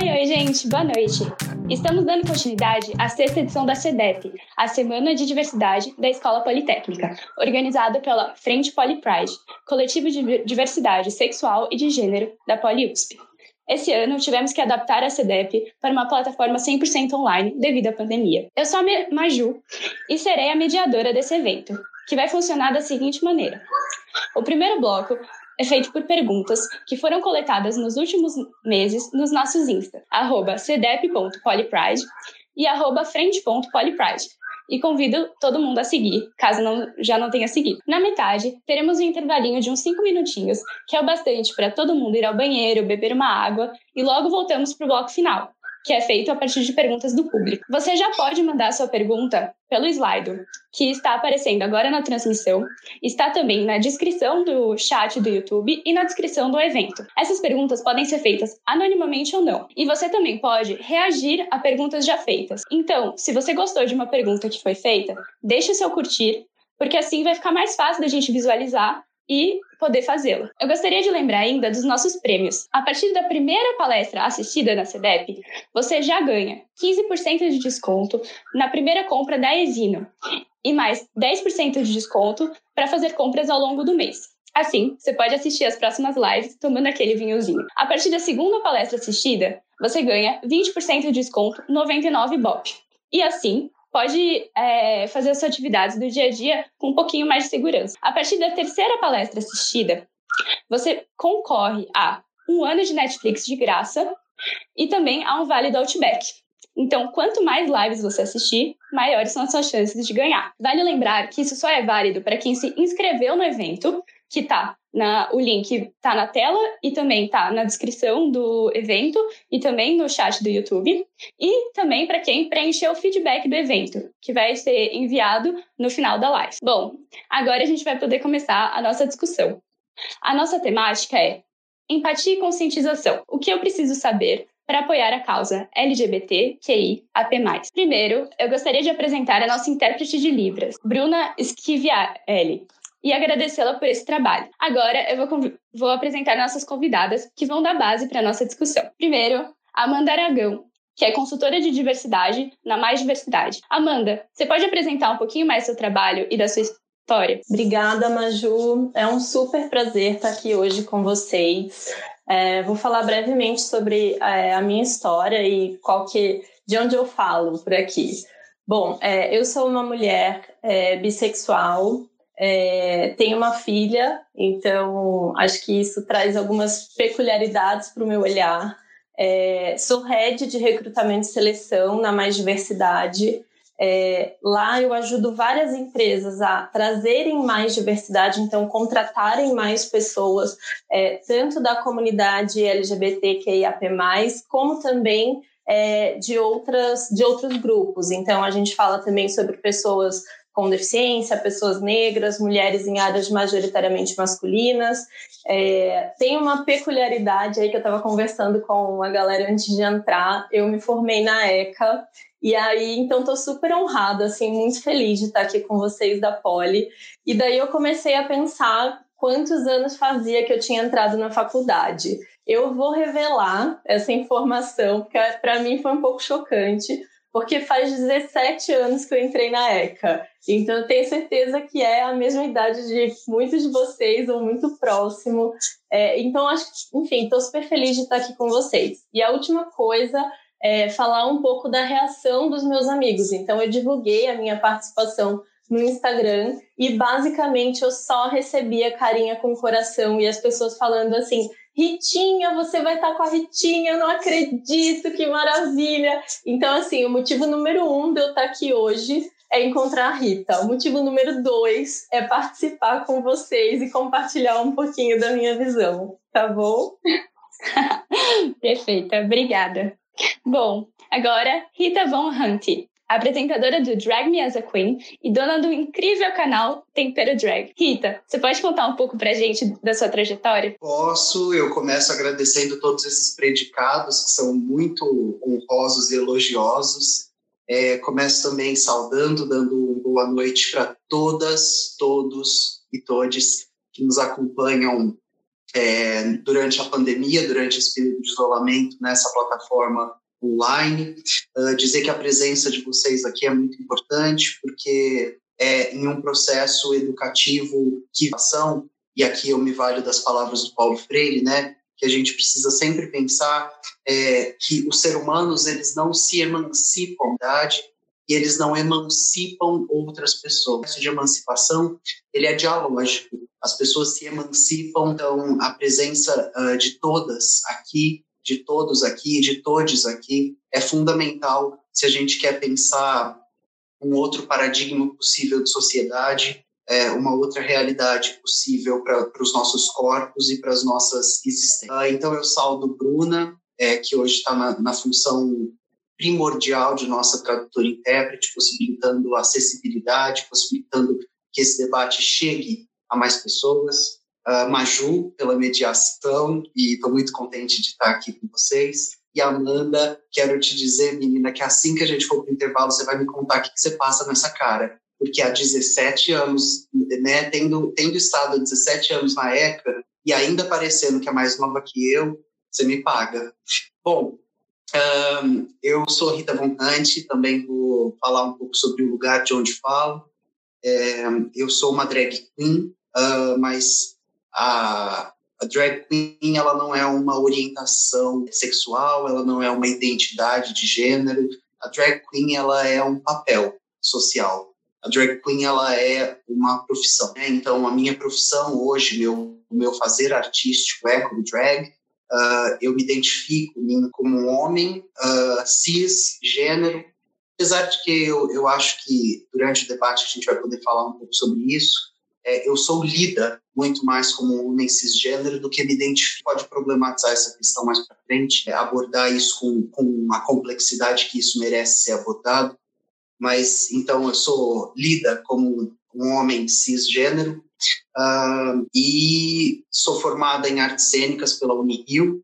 Oi, gente, boa noite. Estamos dando continuidade à sexta edição da CEDEP, a Semana de Diversidade da Escola Politécnica, organizada pela Frente PoliPride, coletivo de diversidade sexual e de gênero da PoliUSP. Esse ano, tivemos que adaptar a CEDEP para uma plataforma 100% online devido à pandemia. Eu sou a Maju e serei a mediadora desse evento, que vai funcionar da seguinte maneira. O primeiro bloco é feito por perguntas que foram coletadas nos últimos meses nos nossos Insta, @cedep.polipride e @frente.polipride. E convido todo mundo a seguir, caso já não tenha seguido. Na metade, teremos um intervalinho de uns 5 minutinhos, que é o bastante para todo mundo ir ao banheiro, beber uma água, e logo voltamos para o bloco final, que é feito a partir de perguntas do público. Você já pode mandar sua pergunta pelo Slido, que está aparecendo agora na transmissão, está também na descrição do chat do YouTube e na descrição do evento. Essas perguntas podem ser feitas anonimamente ou não, e você também pode reagir a perguntas já feitas. Então, se você gostou de uma pergunta que foi feita, deixe o seu curtir, porque assim vai ficar mais fácil da gente visualizar e poder fazê-lo. Eu gostaria de lembrar ainda dos nossos prêmios. A partir da primeira palestra assistida na CEDEP, você já ganha 15% de desconto na primeira compra da Exino e mais 10% de desconto para fazer compras ao longo do mês. Assim, você pode assistir as próximas lives tomando aquele vinhozinho. A partir da segunda palestra assistida, você ganha 20% de desconto no 99 BOP. E assim, pode fazer as suas atividades do dia a dia com um pouquinho mais de segurança. A partir da terceira palestra assistida, você concorre a 1 ano de Netflix de graça e também a um vale do Outback. Então, quanto mais lives você assistir, maiores são as suas chances de ganhar. Vale lembrar que isso só é válido para quem se inscreveu no evento, que o link está na tela e também está na descrição do evento e também no chat do YouTube. E também para quem preencheu o feedback do evento, que vai ser enviado no final da live. Bom, agora a gente vai poder começar a nossa discussão. A nossa temática é empatia e conscientização. O que eu preciso saber para apoiar a causa LGBTQIAP+. Primeiro, eu gostaria de apresentar a nossa intérprete de Libras, Bruna Schiavielli, e agradecê-la por esse trabalho. Agora, eu vou apresentar nossas convidadas, que vão dar base para a nossa discussão. Primeiro, Amanda Aragão, que é consultora de diversidade na Mais Diversidade. Amanda, você pode apresentar um pouquinho mais seu trabalho e da sua história? Obrigada, Maju. É um super prazer estar aqui hoje com vocês. Vou falar brevemente sobre a minha história e de onde eu falo por aqui. Bom, eu sou uma mulher bissexual, tenho uma filha, então acho que isso traz algumas peculiaridades para o meu olhar. Sou head de recrutamento e seleção na Mais Diversidade. Lá eu ajudo várias empresas a trazerem mais diversidade, então contratarem mais pessoas, tanto da comunidade LGBTQIAP+, como também de outros grupos. Então a gente fala também sobre pessoas com deficiência, pessoas negras, mulheres em áreas majoritariamente masculinas. Tem uma peculiaridade aí que eu estava conversando com a galera antes de entrar. Eu me formei na ECA, e aí, então, estou super honrada, assim, muito feliz de estar aqui com vocês da Poli. E daí eu comecei a pensar quantos anos fazia que eu tinha entrado na faculdade. Eu vou revelar essa informação, porque para mim foi um pouco chocante, porque faz 17 anos que eu entrei na ECA. Então, eu tenho certeza que é a mesma idade de muitos de vocês, ou muito próximo. Então, enfim, estou super feliz de estar aqui com vocês. E a última coisa é falar um pouco da reação dos meus amigos. Então, eu divulguei a minha participação no Instagram e, basicamente, eu só recebia carinha com o coração e as pessoas falando assim: Ritinha, você vai estar com a Ritinha, eu não acredito, que maravilha. Então, assim, o motivo número 1 de eu estar aqui hoje é encontrar a Rita. O motivo número 2 é participar com vocês e compartilhar um pouquinho da minha visão, tá bom? Perfeita, obrigada. Bom, agora Rita Von Hunt, apresentadora do Drag Me as a Queen e dona do incrível canal Tempero Drag. Rita, você pode contar um pouco pra gente da sua trajetória? Posso. Eu começo agradecendo todos esses predicados que são muito honrosos e elogiosos. Começo também saudando, dando boa noite para todas, todos e todes que nos acompanham durante a pandemia, durante esse período de isolamento nessa plataforma online. Dizer que a presença de vocês aqui é muito importante, porque em um processo educativo que ação, e aqui eu me valho das palavras do Paulo Freire, né, que a gente precisa sempre pensar que os seres humanos, eles não se emancipam, verdade? E eles não emancipam outras pessoas. O processo de emancipação, ele é dialógico. As pessoas se emancipam, então a presença de todas aqui, de todos aqui, de todes aqui, é fundamental se a gente quer pensar um outro paradigma possível de sociedade, uma outra realidade possível para os nossos corpos e para as nossas existências. Então eu saúdo Bruna, que hoje está na função primordial de nossa tradutora e intérprete, possibilitando a acessibilidade, possibilitando que esse debate chegue a mais pessoas. Maju, pela mediação, e estou muito contente de estar aqui com vocês. E Amanda, quero te dizer, menina, que assim que a gente for para o intervalo, você vai me contar o que você passa nessa cara. Porque há 17 anos, né, tendo estado há 17 anos na ECA, e ainda parecendo que é mais nova que eu, você me paga. Bom, eu sou Rita Von Hunt, também vou falar um pouco sobre o lugar de onde falo. Eu sou uma drag queen, mas a drag queen, ela não é uma orientação sexual, ela não é uma identidade de gênero. A drag queen, ela é um papel social. A drag queen, ela é uma profissão, né? Então, a minha profissão hoje, meu fazer artístico é como drag. Eu me identifico como um homem cis, gênero. Apesar de que eu acho que durante o debate a gente vai poder falar um pouco sobre isso. Eu sou lida muito mais como um homem cisgênero do que me identifico. Pode problematizar essa questão mais para frente, abordar isso com a complexidade que isso merece ser abordado. Mas, então, eu sou lida como um homem cisgênero e sou formada em artes cênicas pela Unirio,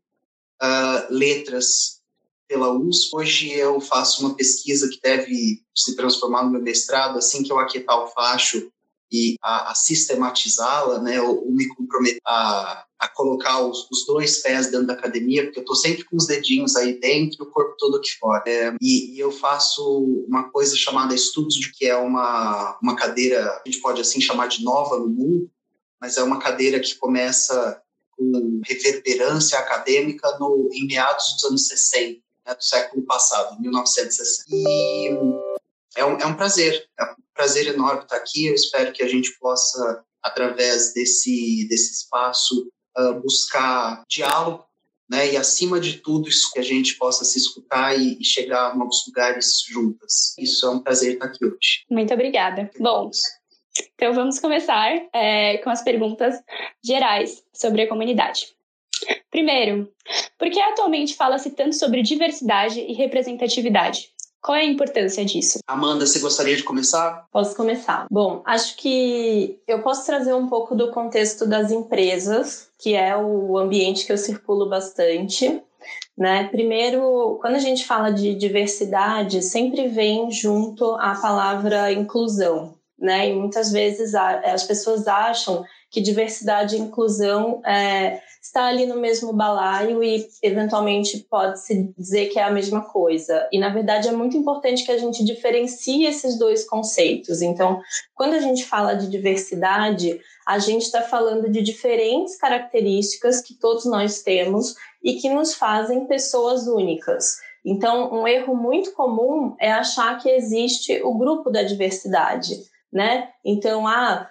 letras pela USP. Hoje eu faço uma pesquisa que deve se transformar no meu mestrado assim que eu aquietar o facho e a sistematizá-la, né, ou me comprometer a colocar os dois pés dentro da academia, porque eu estou sempre com os dedinhos aí dentro e o corpo todo aqui fora. E eu faço uma coisa chamada estudos, que é uma cadeira, a gente pode assim chamar de nova no mundo, mas é uma cadeira que começa com reverberância acadêmica em meados dos anos 60, né, do século passado, 1960. E é um prazer enorme estar aqui. Eu espero que a gente possa, através desse espaço, buscar diálogo, né? E, acima de tudo, isso, que a gente possa se escutar e chegar a novos lugares juntas. Isso é um prazer estar aqui hoje. Muito obrigada. Bom, então vamos começar com as perguntas gerais sobre a comunidade. Primeiro, por que atualmente fala-se tanto sobre diversidade e representatividade? Qual é a importância disso? Amanda, você gostaria de começar? Posso começar. Bom, acho que eu posso trazer um pouco do contexto das empresas, que é o ambiente que eu circulo bastante, né? Primeiro, quando a gente fala de diversidade, sempre vem junto a palavra inclusão, né? E muitas vezes as pessoas acham que diversidade e inclusão está ali no mesmo balaio e, eventualmente, pode-se dizer que é a mesma coisa. E, na verdade, é muito importante que a gente diferencie esses dois conceitos. Então, quando a gente fala de diversidade, a gente está falando de diferentes características que todos nós temos e que nos fazem pessoas únicas. Então, um erro muito comum é achar que existe o grupo da diversidade, né? Então,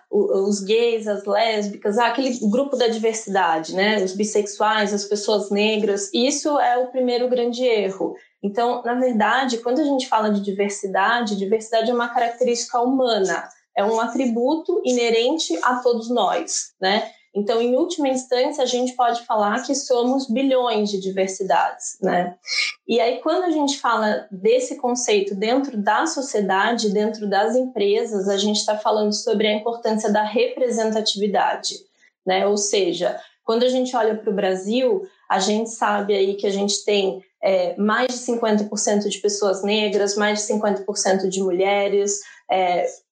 os gays, as lésbicas, aquele grupo da diversidade, né? Os bissexuais, as pessoas negras, isso é o primeiro grande erro. Então, na verdade, quando a gente fala de diversidade é uma característica humana, é um atributo inerente a todos nós, né? Então, em última instância, a gente pode falar que somos bilhões de diversidades, né? E aí, quando a gente fala desse conceito dentro da sociedade, dentro das empresas, a gente está falando sobre a importância da representatividade, né? Ou seja, quando a gente olha para o Brasil, a gente sabe aí que a gente tem mais de 50% de pessoas negras, mais de 50% de mulheres,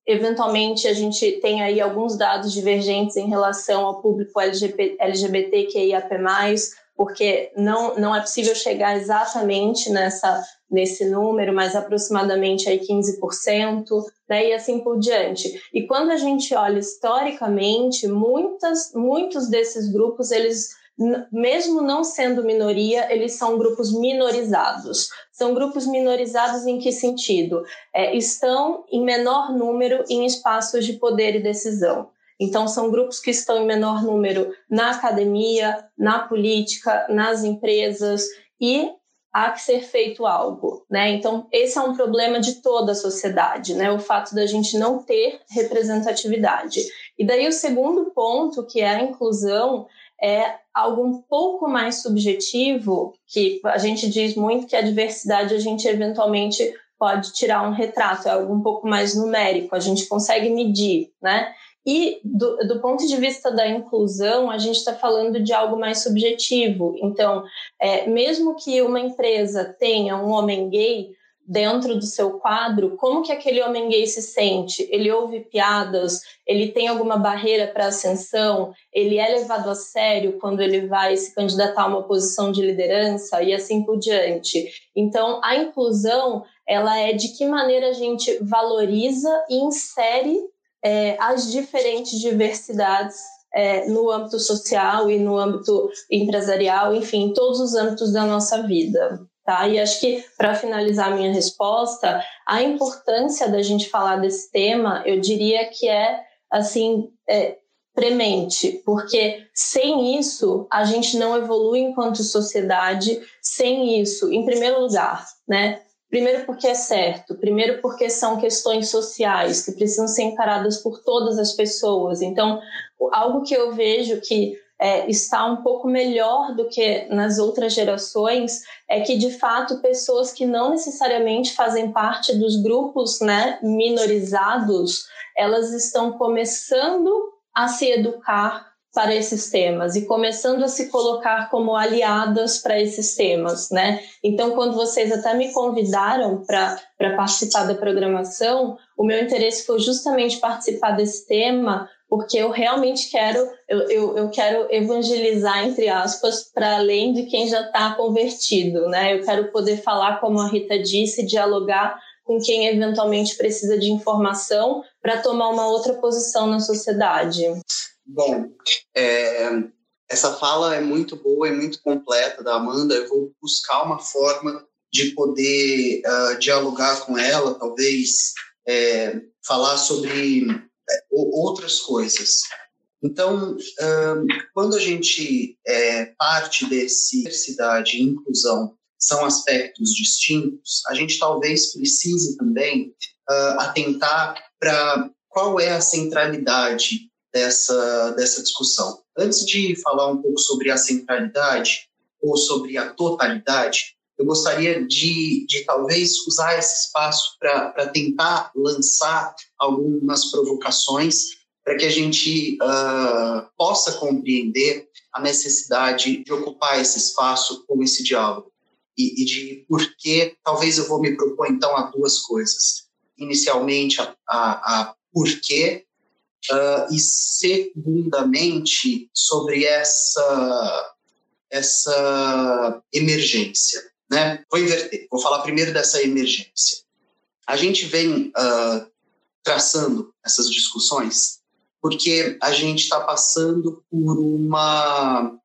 eventualmente a gente tem aí alguns dados divergentes em relação ao público LGBTQIAP+, porque não é possível chegar exatamente nesse número, mas aproximadamente aí 15%, né, e assim por diante. E quando a gente olha historicamente, muitos desses grupos, eles, mesmo não sendo minoria, eles são grupos minorizados. São grupos minorizados em que sentido? Estão em menor número em espaços de poder e decisão. Então, são grupos que estão em menor número na academia, na política, nas empresas, e há que ser feito algo, né? Então, esse é um problema de toda a sociedade, né? O fato da gente não ter representatividade. E daí o segundo ponto, que é a inclusão, é algo um pouco mais subjetivo, que a gente diz muito que a diversidade a gente eventualmente pode tirar um retrato, é algo um pouco mais numérico, a gente consegue medir, né? E do ponto de vista da inclusão, a gente está falando de algo mais subjetivo. Então, mesmo que uma empresa tenha um homem gay dentro do seu quadro, como que aquele homem gay se sente? Ele ouve piadas? Ele tem alguma barreira para ascensão? Ele é levado a sério quando ele vai se candidatar a uma posição de liderança? E assim por diante. Então, a inclusão, ela é de que maneira a gente valoriza e insere as diferentes diversidades no âmbito social e no âmbito empresarial, enfim, em todos os âmbitos da nossa vida. Tá? E acho que, para finalizar a minha resposta, a importância da gente falar desse tema, eu diria que premente, porque sem isso a gente não evolui enquanto sociedade, sem isso, em primeiro lugar, né? Primeiro porque é certo, primeiro porque são questões sociais que precisam ser encaradas por todas as pessoas. Então, algo que eu vejo que está um pouco melhor do que nas outras gerações é que, de fato, pessoas que não necessariamente fazem parte dos grupos, né, minorizados, elas estão começando a se educar para esses temas e começando a se colocar como aliadas para esses temas, né? Então, quando vocês até me convidaram para participar da programação, o meu interesse foi justamente participar desse tema, porque eu realmente quero evangelizar, entre aspas, para além de quem já está convertido, né? Eu quero poder falar, como a Rita disse, dialogar com quem eventualmente precisa de informação para tomar uma outra posição na sociedade. Bom, essa fala é muito boa e muito completa da Amanda. Eu vou buscar uma forma de poder dialogar com ela, talvez falar sobre outras coisas. Então, quando a gente parte desse diversidade e inclusão são aspectos distintos, a gente talvez precise também atentar para qual é a centralidade dessa discussão. Antes de falar um pouco sobre a centralidade ou sobre a totalidade, eu gostaria de talvez usar esse espaço para tentar lançar algumas provocações para que a gente possa compreender a necessidade de ocupar esse espaço com esse diálogo e de por que talvez eu vou me propor então a duas coisas. Inicialmente a porquê e segundamente sobre essa emergência, né? Vou inverter, vou falar primeiro dessa emergência. A gente vem traçando essas discussões porque a gente está passando por uma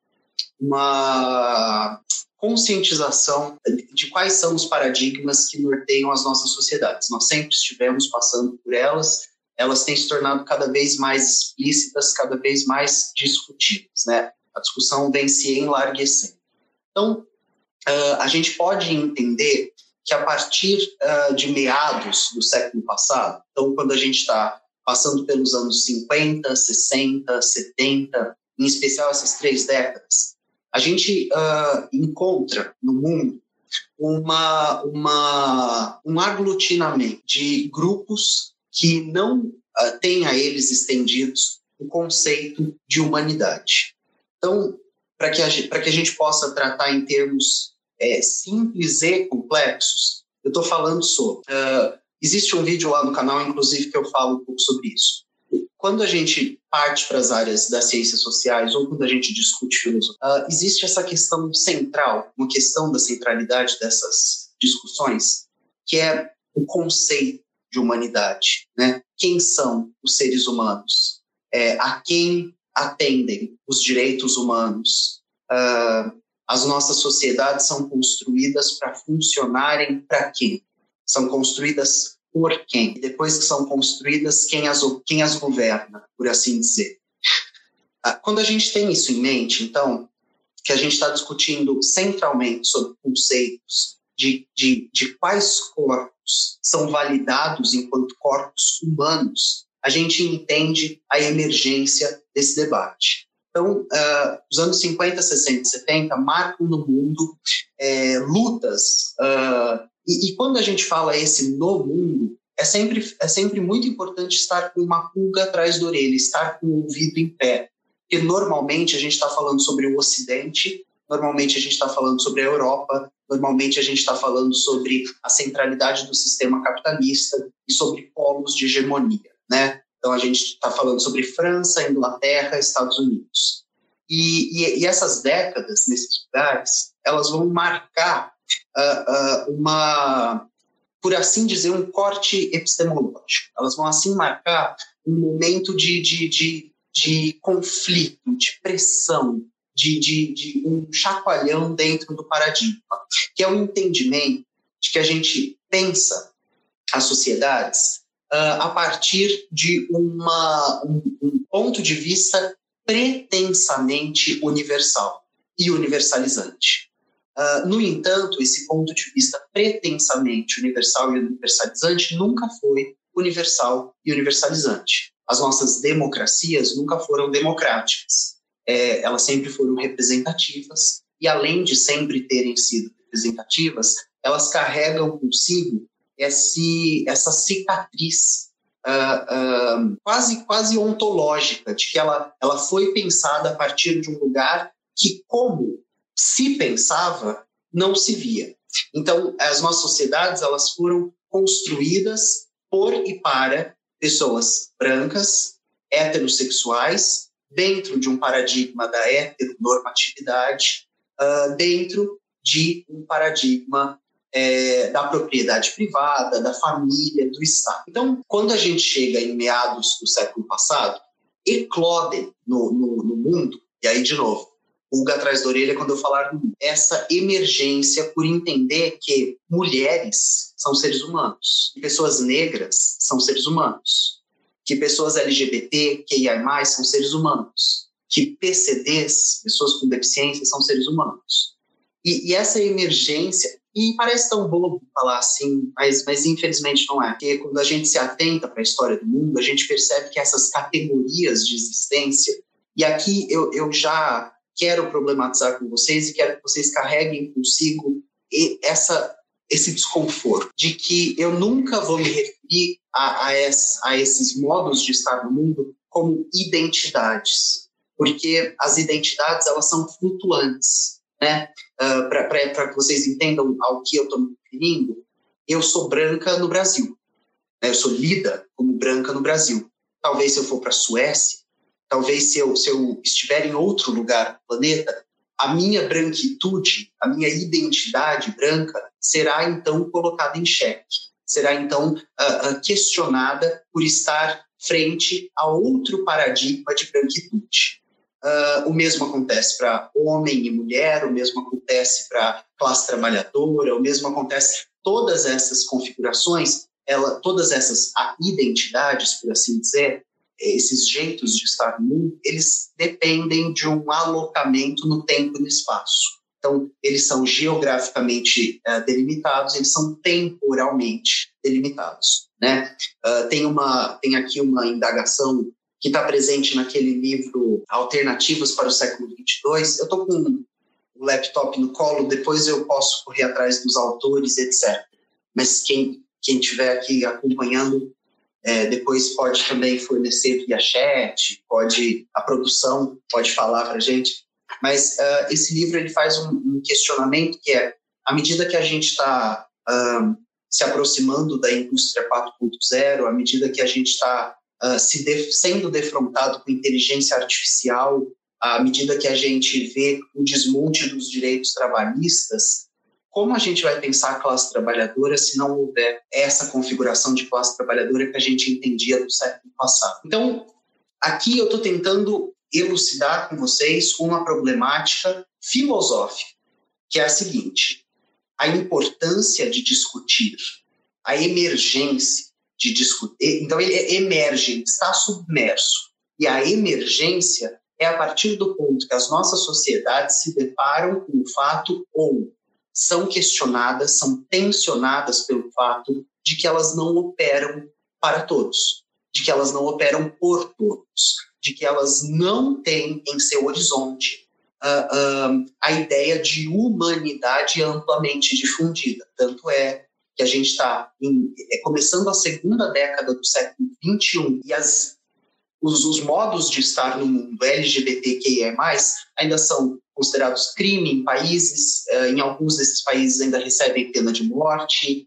conscientização de quais são os paradigmas que norteiam as nossas sociedades. Nós sempre estivemos passando por elas têm se tornado cada vez mais explícitas, cada vez mais discutíveis, né? A discussão vem se enlarguecendo. Então, a gente pode entender que a partir de meados do século passado, então quando a gente está passando pelos anos 50, 60, 70, em especial essas 3 décadas, a gente encontra no mundo um aglutinamento de grupos que não têm a eles estendidos o conceito de humanidade. Então, para que a gente possa tratar em termos simples e complexos, eu estou falando sobre Existe um vídeo lá no canal, inclusive, que eu falo um pouco sobre isso. Quando a gente parte para as áreas das ciências sociais ou quando a gente discute filosofia, existe essa questão central, uma questão da centralidade dessas discussões, que é o conceito de humanidade, né? Quem são os seres humanos? A quem atendem os direitos humanos? As nossas sociedades são construídas para funcionarem para quem? São construídas por quem? E depois que são construídas, quem as governa, por assim dizer. Quando a gente tem isso em mente, então, que a gente está discutindo centralmente sobre conceitos de quais corpos são validados enquanto corpos humanos, a gente entende a emergência desse debate. Então, os anos 50, 60 e 70 marcam no mundo lutas. E quando a gente fala esse no mundo, é sempre muito importante estar com uma pulga atrás da orelha, estar com o ouvido em pé. Porque normalmente a gente está falando sobre o Ocidente, normalmente a gente está falando sobre a Europa, normalmente a gente está falando sobre a centralidade do sistema capitalista e sobre polos de hegemonia, né? Então a gente está falando sobre França, Inglaterra, Estados Unidos. E essas décadas nesses lugares, elas vão marcar por assim dizer, um corte epistemológico. Elas vão assim marcar um momento de conflito, de pressão, de um chacoalhão dentro do paradigma, que é o entendimento de que a gente pensa as sociedades a partir de um ponto de vista pretensamente universal e universalizante. No entanto, esse ponto de vista pretensamente universal e universalizante nunca foi universal e universalizante. As nossas democracias nunca foram democráticas. Elas sempre foram representativas e, além de sempre terem sido representativas, elas carregam consigo essa cicatriz quase ontológica de que ela foi pensada a partir de um lugar que, como se pensava, não se via. Então, as nossas sociedades elas foram construídas por e para pessoas brancas, heterossexuais, dentro de um paradigma da heteronormatividade, dentro de um paradigma da propriedade privada, da família, do Estado. Então, quando a gente chega em meados do século passado, eclodem no mundo, e aí, de novo, pulga atrás da orelha quando eu falar essa emergência por entender que mulheres são seres humanos, que pessoas negras são seres humanos, que pessoas LGBT, QIA+, são seres humanos, que PCDs, pessoas com deficiência, são seres humanos. E essa emergência, e parece tão bobo falar assim, mas infelizmente não é, porque quando a gente se atenta para a história do mundo, a gente percebe que essas categorias de existência, e aqui eu já quero problematizar com vocês e quero que vocês carreguem consigo esse desconforto de que eu nunca vou me referir a esses modos de estar no mundo como identidades, porque as identidades elas são flutuantes, né? Para que vocês entendam ao que eu estou me referindo, eu sou branca no Brasil, né? Eu sou lida como branca no Brasil. Talvez se eu for para a Suécia, talvez se eu estiver em outro lugar do planeta, a minha branquitude, a minha identidade branca será então colocada em xeque, será então questionada por estar frente a outro paradigma de branquitude. O mesmo acontece para homem e mulher, o mesmo acontece para classe trabalhadora, o mesmo acontece, todas essas configurações, todas essas identidades, por assim dizer, esses jeitos de estar no mundo, eles dependem de um alocamento no tempo e no espaço. Então, eles são geograficamente delimitados, eles são temporalmente delimitados, né? Tem aqui uma indagação que está presente naquele livro Alternativas para o século XXII. Eu estou com o laptop no colo, depois eu posso correr atrás dos autores, etc. Mas quem estiver aqui acompanhando, depois pode também fornecer via chat, a produção pode falar para a gente. Mas esse livro ele faz um questionamento que é, à medida que a gente está se aproximando da indústria 4.0, à medida que a gente está sendo defrontado com inteligência artificial, à medida que a gente vê o desmonte dos direitos trabalhistas, como a gente vai pensar a classe trabalhadora se não houver essa configuração de classe trabalhadora que a gente entendia no século passado? Então, aqui eu estou tentando elucidar com vocês uma problemática filosófica, que é a seguinte: a importância de discutir, a emergência de discutir. Então, ele emerge, ele está submerso. E a emergência é a partir do ponto que as nossas sociedades se deparam com o fato ou são questionadas, são tensionadas pelo fato de que elas não operam para todos, de que elas não operam por todos, de que elas não têm em seu horizonte a ideia de humanidade amplamente difundida. Tanto é que a gente está começando a segunda década do século XXI e os modos de estar no mundo LGBTQIA+, ainda são considerados crime em países, em alguns desses países ainda recebem pena de morte,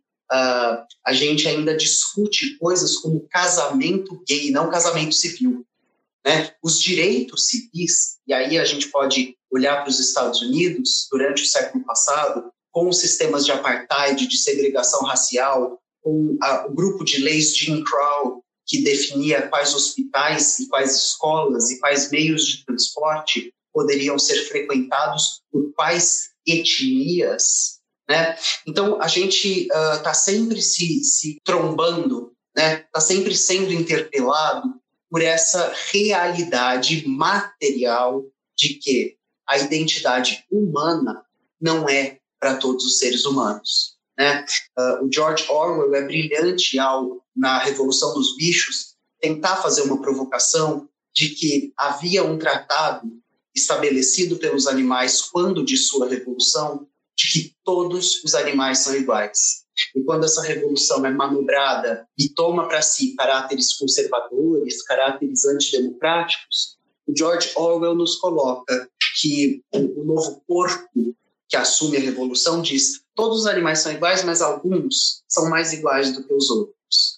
a gente ainda discute coisas como casamento gay, não casamento civil, né? Os direitos civis, e aí a gente pode olhar para os Estados Unidos durante o século passado, com os sistemas de apartheid, de segregação racial, com o grupo de leis Jim Crow, que definia quais hospitais e quais escolas e quais meios de transporte poderiam ser frequentados por quais etnias, né? Então, a gente está sempre se trombando, né? Está sempre sendo interpelado por essa realidade material de que a identidade humana não é para todos os seres humanos, né? O George Orwell é brilhante na Revolução dos Bichos, tentar fazer uma provocação de que havia um tratado estabelecido pelos animais quando de sua revolução, de que todos os animais são iguais. E quando essa revolução é manobrada e toma para si caráteres conservadores, caráteres antidemocráticos, o George Orwell nos coloca que o novo corpo que assume a revolução diz: todos os animais são iguais, mas alguns são mais iguais do que os outros.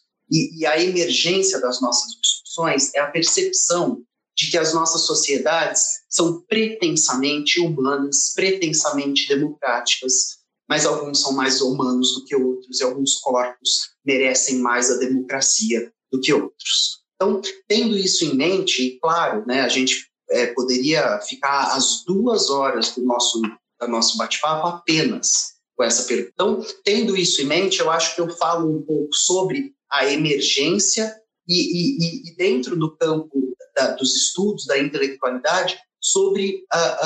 E a emergência das nossas discussões é a percepção de que as nossas sociedades são pretensamente humanas, pretensamente democráticas, mas alguns são mais humanos do que outros e alguns corpos merecem mais a democracia do que outros. Então, tendo isso em mente, claro, né, a gente poderia ficar as 2 horas do nosso bate-papo apenas com essa pergunta. Então, tendo isso em mente, eu acho que eu falo um pouco sobre a emergência e dentro do campo dos estudos, da intelectualidade, sobre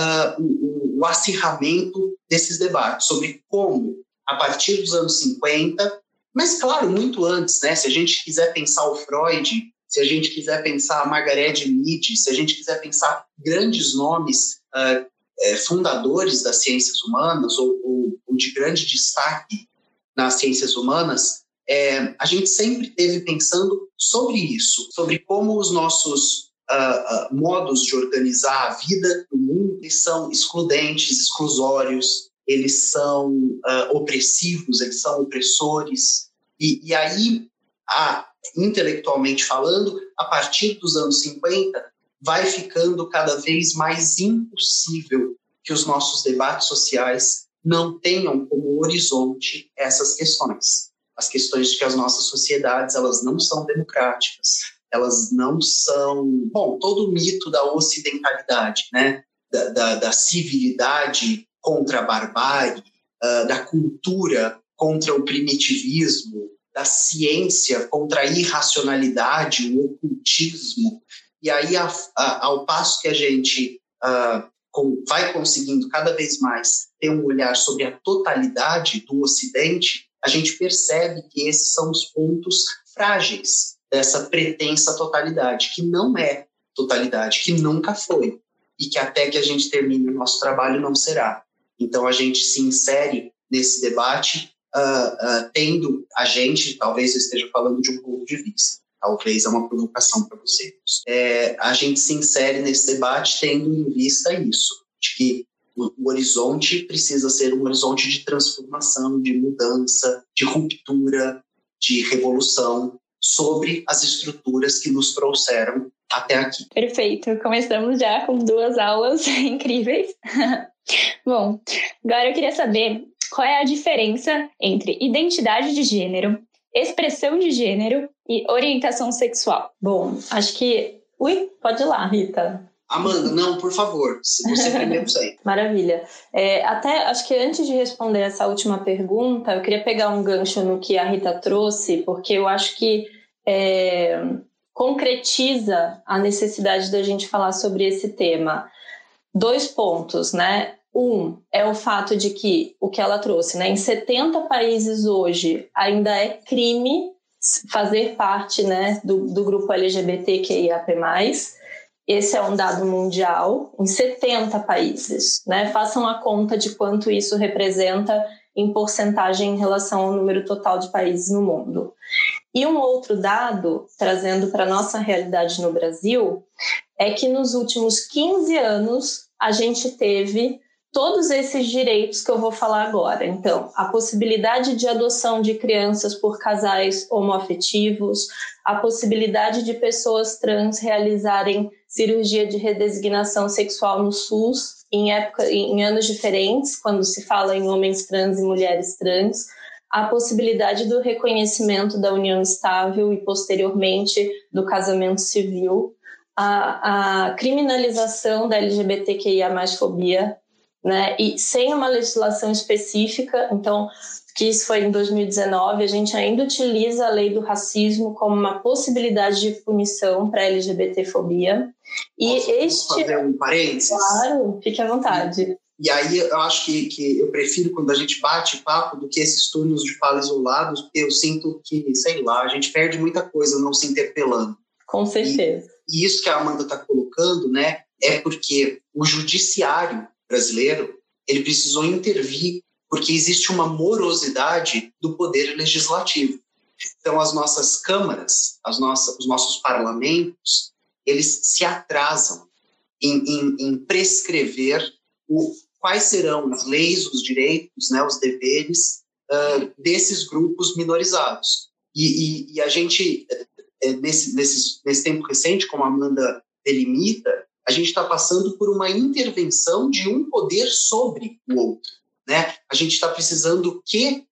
o acirramento desses debates, sobre como, a partir dos anos 50, mas, claro, muito antes, né? Se a gente quiser pensar o Freud, se a gente quiser pensar a Margaret Mead, se a gente quiser pensar grandes nomes fundadores das ciências humanas ou de grande destaque nas ciências humanas, a gente sempre esteve pensando sobre isso, sobre como os nossos modos de organizar a vida no mundo, eles são excludentes, exclusórios, eles são opressivos, eles são opressores. E aí, intelectualmente falando, a partir dos anos 50, vai ficando cada vez mais impossível que os nossos debates sociais não tenham como horizonte essas questões. As questões de que as nossas sociedades, elas não são democráticas, elas não são... Bom, todo o mito da ocidentalidade, né? Da civilidade contra a barbárie, da cultura contra o primitivismo, da ciência contra a irracionalidade, o ocultismo. E aí, ao passo que a gente vai conseguindo cada vez mais ter um olhar sobre a totalidade do Ocidente, a gente percebe que esses são os pontos frágeis dessa pretensa totalidade, que não é totalidade, que nunca foi, e que até que a gente termine o nosso trabalho não será. Então, a gente se insere nesse debate tendo a gente, talvez eu esteja falando de um ponto de vista, talvez é uma provocação para vocês. A gente se insere nesse debate tendo em vista isso, de que O horizonte precisa ser um horizonte de transformação, de mudança, de ruptura, de revolução sobre as estruturas que nos trouxeram até aqui. Perfeito. Começamos já com 2 aulas incríveis. Bom, agora eu queria saber qual é a diferença entre identidade de gênero, expressão de gênero e orientação sexual. Bom, acho que... pode ir lá, Rita. Amanda, não, por favor, você primeiro sai. Maravilha. Até acho que antes de responder essa última pergunta, eu queria pegar um gancho no que a Rita trouxe, porque eu acho que concretiza a necessidade da gente falar sobre esse tema. 2 pontos, né? Um é o fato de que, o que ela trouxe, né? Em 70 países hoje ainda é crime fazer parte, né, do grupo LGBTQIAP+. Esse é um dado mundial, em 70 países, né? Façam a conta de quanto isso representa em porcentagem em relação ao número total de países no mundo. E um outro dado, trazendo para a nossa realidade no Brasil, é que nos últimos 15 anos a gente teve todos esses direitos que eu vou falar agora. Então, a possibilidade de adoção de crianças por casais homoafetivos, a possibilidade de pessoas trans realizarem cirurgia de redesignação sexual no SUS em anos diferentes, quando se fala em homens trans e mulheres trans, a possibilidade do reconhecimento da união estável e, posteriormente, do casamento civil, a criminalização da LGBTQIA+fobia, né? E sem uma legislação específica, então, que isso foi em 2019, a gente ainda utiliza a lei do racismo como uma possibilidade de punição para a LGBTfobia. Posso fazer um parênteses? Claro, fique à vontade. E aí eu acho que eu prefiro quando a gente bate papo do que esses turnos de fala isolados, porque eu sinto que, sei lá, a gente perde muita coisa não se interpelando. Com certeza. E isso que a Amanda está colocando, né, é porque o judiciário brasileiro, ele precisou intervir porque existe uma morosidade do poder legislativo. Então, as nossas câmaras, os nossos parlamentos, eles se atrasam em prescrever quais serão as leis, os direitos, né, os deveres desses grupos minorizados. E a gente, nesse tempo recente, como a Amanda delimita, a gente está passando por uma intervenção de um poder sobre o outro, né? A gente está precisando que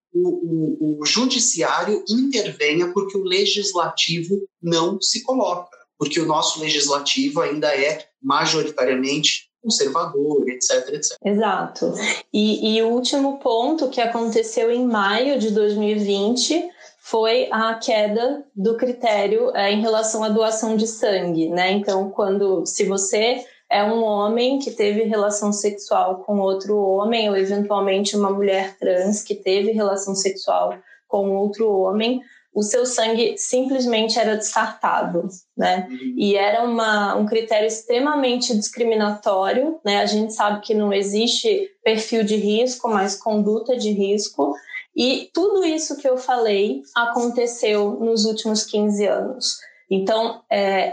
o judiciário intervenha porque o legislativo não se coloca, porque o nosso legislativo ainda é majoritariamente conservador, etc, etc. Exato. E o último ponto que aconteceu em maio de 2020 foi a queda do critério em relação à doação de sangue, né? Então, se você é um homem que teve relação sexual com outro homem, ou eventualmente uma mulher trans que teve relação sexual com outro homem, o seu sangue simplesmente era descartado, né? E era um critério extremamente discriminatório, né? A gente sabe que não existe perfil de risco, mas conduta de risco. E tudo isso que eu falei aconteceu nos últimos 15 anos. Então,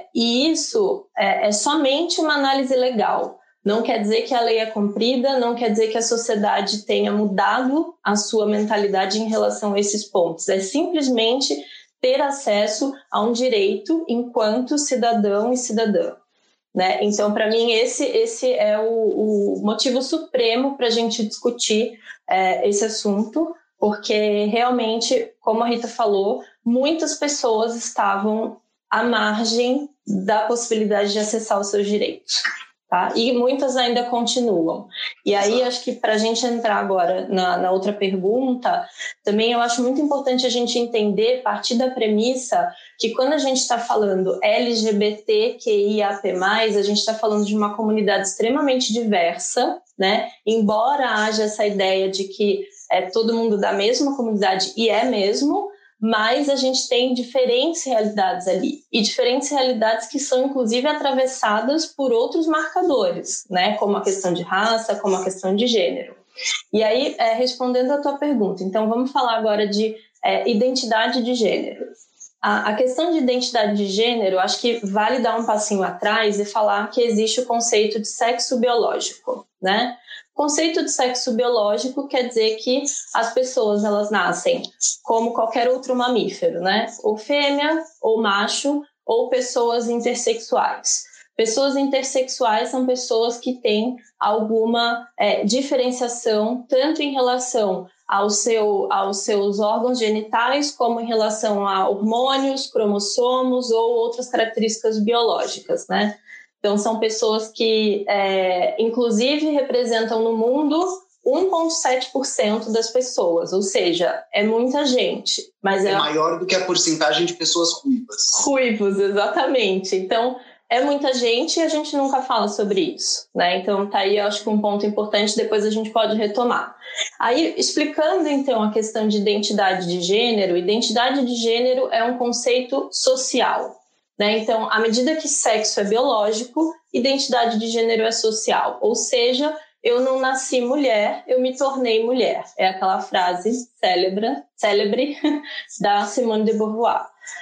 e isso é somente uma análise legal. Não quer dizer que a lei é cumprida, não quer dizer que a sociedade tenha mudado a sua mentalidade em relação a esses pontos. É simplesmente ter acesso a um direito enquanto cidadão e cidadã, né? Então, para mim, esse é o motivo supremo para a gente discutir esse assunto, porque realmente, como a Rita falou, muitas pessoas estavam à margem da possibilidade de acessar os seus direitos. Tá? E muitas ainda continuam. E aí, acho que para a gente entrar agora na outra pergunta, também eu acho muito importante a gente entender, partir da premissa que quando a gente está falando LGBTQIAP+, a gente está falando de uma comunidade extremamente diversa, né? Embora haja essa ideia de que é todo mundo da mesma comunidade, e é mesmo, mas a gente tem diferentes realidades ali, e diferentes realidades que são, inclusive, atravessadas por outros marcadores, né? Como a questão de raça, como a questão de gênero. E aí, respondendo à tua pergunta, então vamos falar agora de identidade de gênero. A questão de identidade de gênero, acho que vale dar um passinho atrás e falar que existe o conceito de sexo biológico, né? O conceito de sexo biológico quer dizer que as pessoas, elas nascem como qualquer outro mamífero, né? Ou fêmea, ou macho, ou pessoas intersexuais. Pessoas intersexuais são pessoas que têm alguma diferenciação, tanto em relação aos seus órgãos genitais, como em relação a hormônios, cromossomos ou outras características biológicas, né? Então, são pessoas que, inclusive, representam no mundo 1,7% das pessoas, ou seja, é muita gente. Mas é maior do que a porcentagem de pessoas ruivas. Ruivos, exatamente. Então, é muita gente e a gente nunca fala sobre isso, né? Então, tá aí, eu acho que um ponto importante, depois a gente pode retomar. Aí, explicando, então, a questão de identidade de gênero é um conceito social, né? Então, à medida que sexo é biológico, identidade de gênero é social, ou seja, eu não nasci mulher, eu me tornei mulher. É aquela frase célebre da Simone de Beauvoir.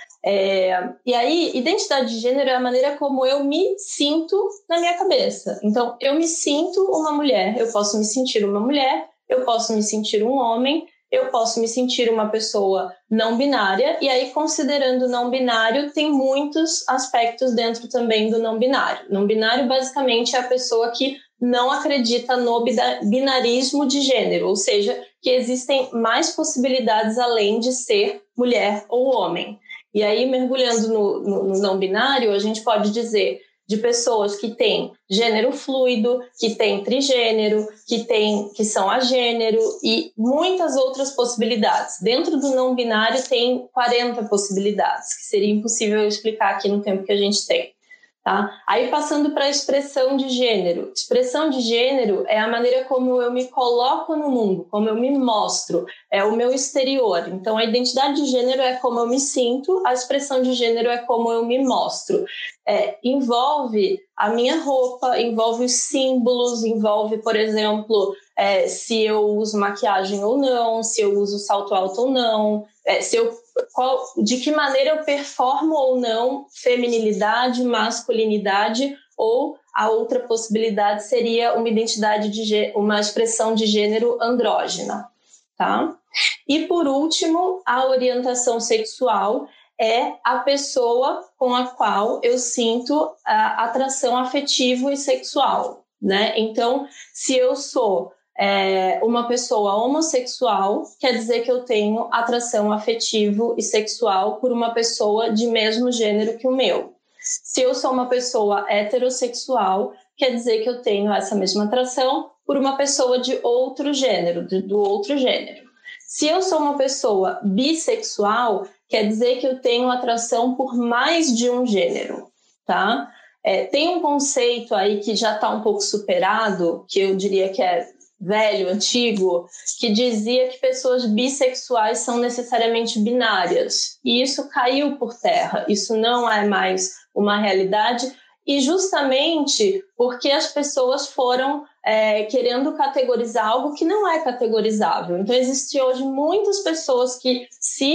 E aí, identidade de gênero é a maneira como eu me sinto na minha cabeça. Então, eu me sinto uma mulher, eu posso me sentir uma mulher, eu posso me sentir um homem, eu posso me sentir uma pessoa não binária, e aí, considerando não binário, tem muitos aspectos dentro também do não binário. Não binário, basicamente, é a pessoa que não acredita no binarismo de gênero, ou seja, que existem mais possibilidades além de ser mulher ou homem. E aí, mergulhando no não binário, a gente pode dizer de pessoas que têm gênero fluido, que têm trigênero, que são agênero e muitas outras possibilidades. Dentro do não binário tem 40 possibilidades, que seria impossível explicar aqui no tempo que a gente tem. Tá? Aí, passando para a expressão de gênero. Expressão de gênero é a maneira como eu me coloco no mundo, como eu me mostro, é o meu exterior. Então, a identidade de gênero é como eu me sinto, a expressão de gênero é como eu me mostro. Envolve a minha roupa, envolve os símbolos, envolve, por exemplo, se eu uso maquiagem ou não, se eu uso salto alto ou não, de que maneira eu performo ou não feminilidade, masculinidade, ou a outra possibilidade seria uma expressão de gênero andrógena, tá? E por último, a orientação sexual é a pessoa com a qual eu sinto a atração afetiva e sexual, né? Então, se eu sou uma pessoa homossexual, quer dizer que eu tenho atração afetivo e sexual por uma pessoa de mesmo gênero que o meu. Se eu sou uma pessoa heterossexual, quer dizer que eu tenho essa mesma atração por uma pessoa de outro gênero, do outro gênero. Se eu sou uma pessoa bissexual, quer dizer que eu tenho atração por mais de um gênero, tá? Tem um conceito aí que já está um pouco superado, que eu diria que é velho, antigo, que dizia que pessoas bissexuais são necessariamente binárias. E isso caiu por terra, isso não é mais uma realidade, e justamente porque as pessoas foram querendo categorizar algo que não é categorizável. Então, existem hoje muitas pessoas que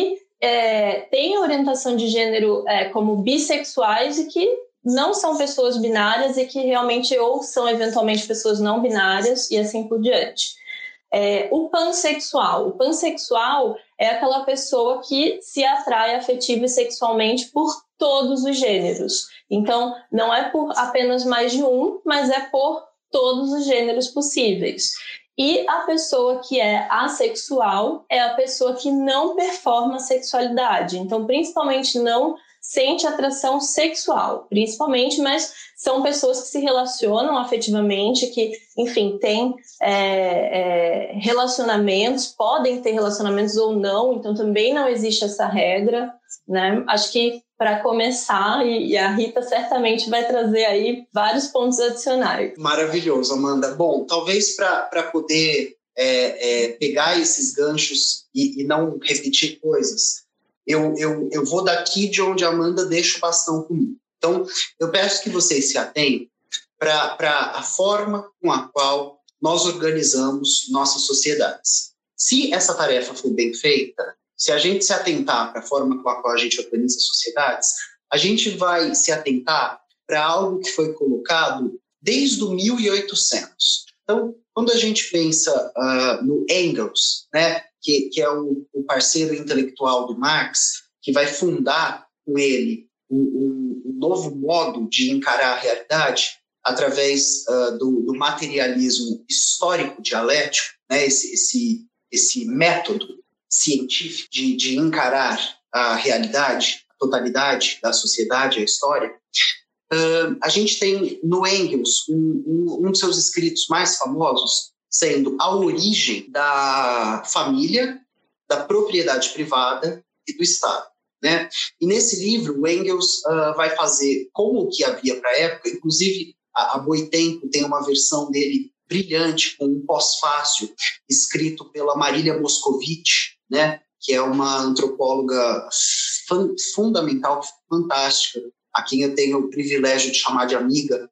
têm orientação de gênero como bissexuais e que não são pessoas binárias e que realmente ou são eventualmente pessoas não binárias e assim por diante. O pansexual é aquela pessoa que se atrai afetiva e sexualmente por todos os gêneros. Então, não é por apenas mais de um, mas é por todos os gêneros possíveis. E a pessoa que é assexual é a pessoa que não performa sexualidade. Então, principalmente não sente atração sexual, principalmente, mas são pessoas que se relacionam afetivamente, que, enfim, têm relacionamentos, podem ter relacionamentos ou não, então também não existe essa regra, né? Acho que para começar, e a Rita certamente vai trazer aí vários pontos adicionais. Maravilhoso, Amanda. Bom, talvez para poder pegar esses ganchos e não repetir coisas, eu vou daqui de onde a Amanda deixa o bastão comigo. Então, eu peço que vocês se atentem para a forma com a qual nós organizamos nossas sociedades. Se essa tarefa for bem feita, se a gente se atentar para a forma com a qual a gente organiza sociedades, a gente vai se atentar para algo que foi colocado desde o 1800. Então, quando a gente pensa no Engels, né, que é o parceiro intelectual do Marx, que vai fundar com ele um novo modo de encarar a realidade através do materialismo histórico dialético, né, esse método científico de encarar a realidade, a totalidade da sociedade, a história. A gente tem no Engels um dos seus escritos mais famosos sendo a origem da família, da propriedade privada e do Estado, né? E nesse livro o Engels vai fazer como o que havia para a época, inclusive a Boitempo tem uma versão dele brilhante, com um pós-fácil escrito pela Marília Moscovici, né? Que é uma antropóloga fundamental, fantástica, a quem eu tenho o privilégio de chamar de amiga.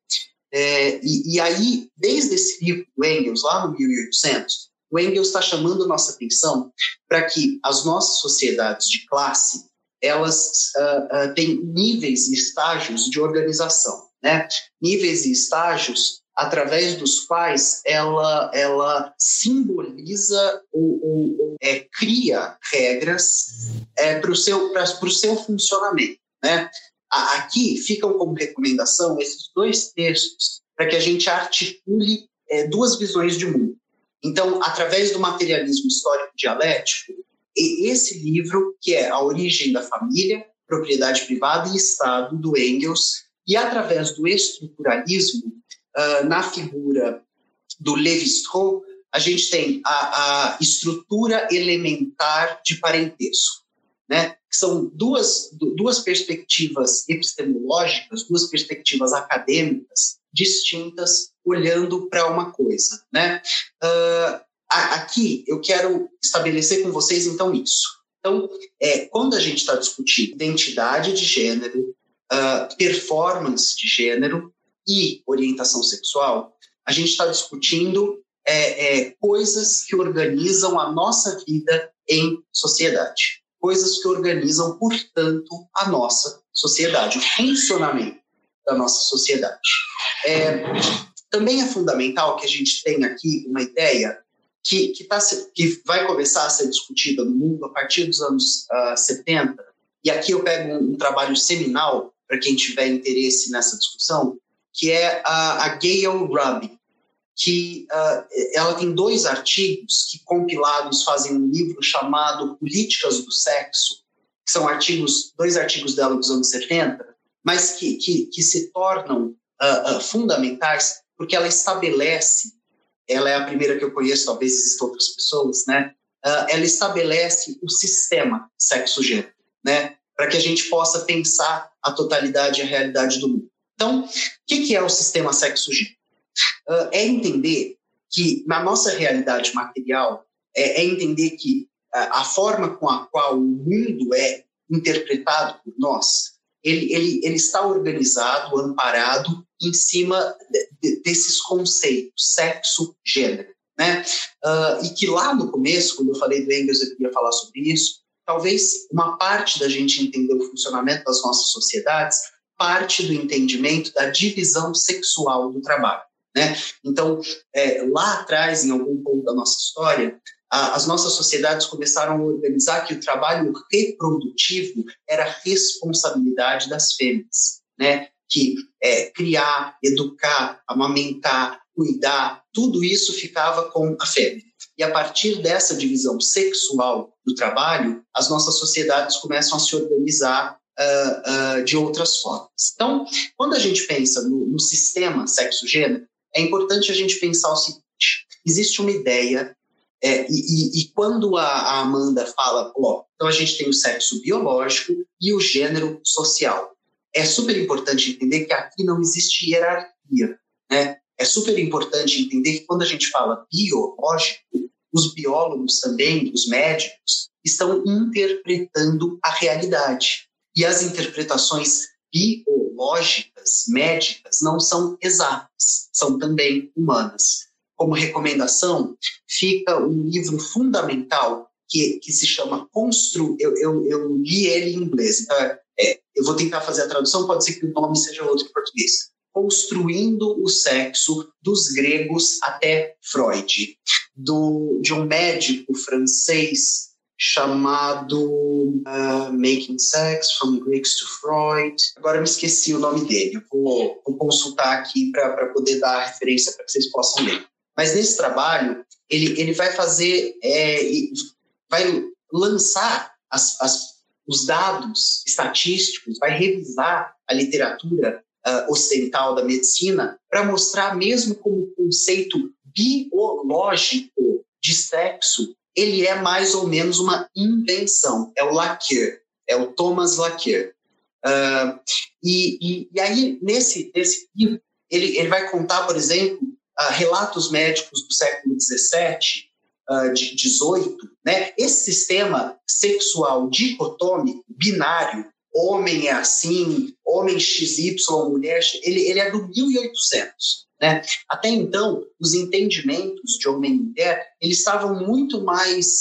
E aí, desde esse livro do Engels, lá no 1800, o Engels está chamando a nossa atenção para que as nossas sociedades de classe, elas têm níveis e estágios de organização, né? Níveis e estágios através dos quais ela simboliza ou cria regras para o seu funcionamento, né? Aqui ficam como recomendação esses dois textos para que a gente articule duas visões de mundo. Então, através do materialismo histórico dialético, esse livro, que é A Origem da Família, Propriedade Privada e Estado, do Engels, e através do estruturalismo, na figura do Lévi-Strauss, a gente tem a estrutura elementar de parentesco, né? Que são duas perspectivas epistemológicas, duas perspectivas acadêmicas distintas, olhando para uma coisa, né? Aqui eu quero estabelecer com vocês, então, isso. Então, quando a gente está discutindo identidade de gênero, performance de gênero e orientação sexual, a gente está discutindo coisas que organizam a nossa vida em sociedade. Coisas que organizam, portanto, a nossa sociedade, o funcionamento da nossa sociedade. Também é fundamental que a gente tenha aqui uma ideia que vai começar a ser discutida no mundo a partir dos anos 70, e aqui eu pego um trabalho seminal para quem tiver interesse nessa discussão, que é a Gayle Rubin, que ela tem 2 artigos que, compilados, fazem um livro chamado Políticas do Sexo, que são 2 artigos dela dos anos 70, mas que se tornam fundamentais porque ela estabelece, ela é a primeira que eu conheço, talvez existam outras pessoas, né? Ela estabelece o sistema sexo-gênero, né? Para que a gente possa pensar a totalidade e a realidade do mundo. Então, o que é o sistema sexo-gênero? É entender que, na nossa realidade material, é entender que a forma com a qual o mundo é interpretado por nós, ele está organizado, amparado em cima desses conceitos, sexo, gênero, né? E que lá no começo, quando eu falei do Engels, eu queria falar sobre isso, talvez uma parte da gente entender o funcionamento das nossas sociedades parte do entendimento da divisão sexual do trabalho, né? Então, lá atrás, em algum ponto da nossa história, as nossas sociedades começaram a organizar que o trabalho reprodutivo era responsabilidade das fêmeas, né? Que criar, educar, amamentar, cuidar, tudo isso ficava com a fêmea. E a partir dessa divisão sexual do trabalho, as nossas sociedades começam a se organizar de outras formas. Então, quando a gente pensa no sistema sexo-gênero, é importante a gente pensar o seguinte: existe uma ideia, e quando a Amanda fala, então a gente tem o sexo biológico e o gênero social. É super importante entender que aqui não existe hierarquia, né? É super importante entender que quando a gente fala biológico, os biólogos também, os médicos, estão interpretando a realidade. E as interpretações biológicas, médicas, não são exatas, são também humanas. Como recomendação, fica um livro fundamental que se chama eu li ele em inglês, então eu vou tentar fazer a tradução, pode ser que o nome seja outro em português. Construindo o Sexo, dos gregos até Freud, de um médico francês chamado Making Sex, From Greeks to Freud. Agora eu me esqueci o nome dele, eu vou consultar aqui para poder dar a referência para que vocês possam ler. Mas nesse trabalho, ele vai fazer, vai lançar os dados estatísticos, vai revisar a literatura ocidental da medicina para mostrar mesmo como conceito biológico de sexo, ele é mais ou menos uma invenção. É o Laqueur, é o Thomas Laqueur. E aí, nesse livro, ele vai contar, por exemplo, relatos médicos do século XVII, XVIII, né? Esse sistema sexual dicotômico, binário, homem é assim, homem XY, mulher, ele é do 1800. Né? Até então, os entendimentos de homem e mulher eles estavam muito mais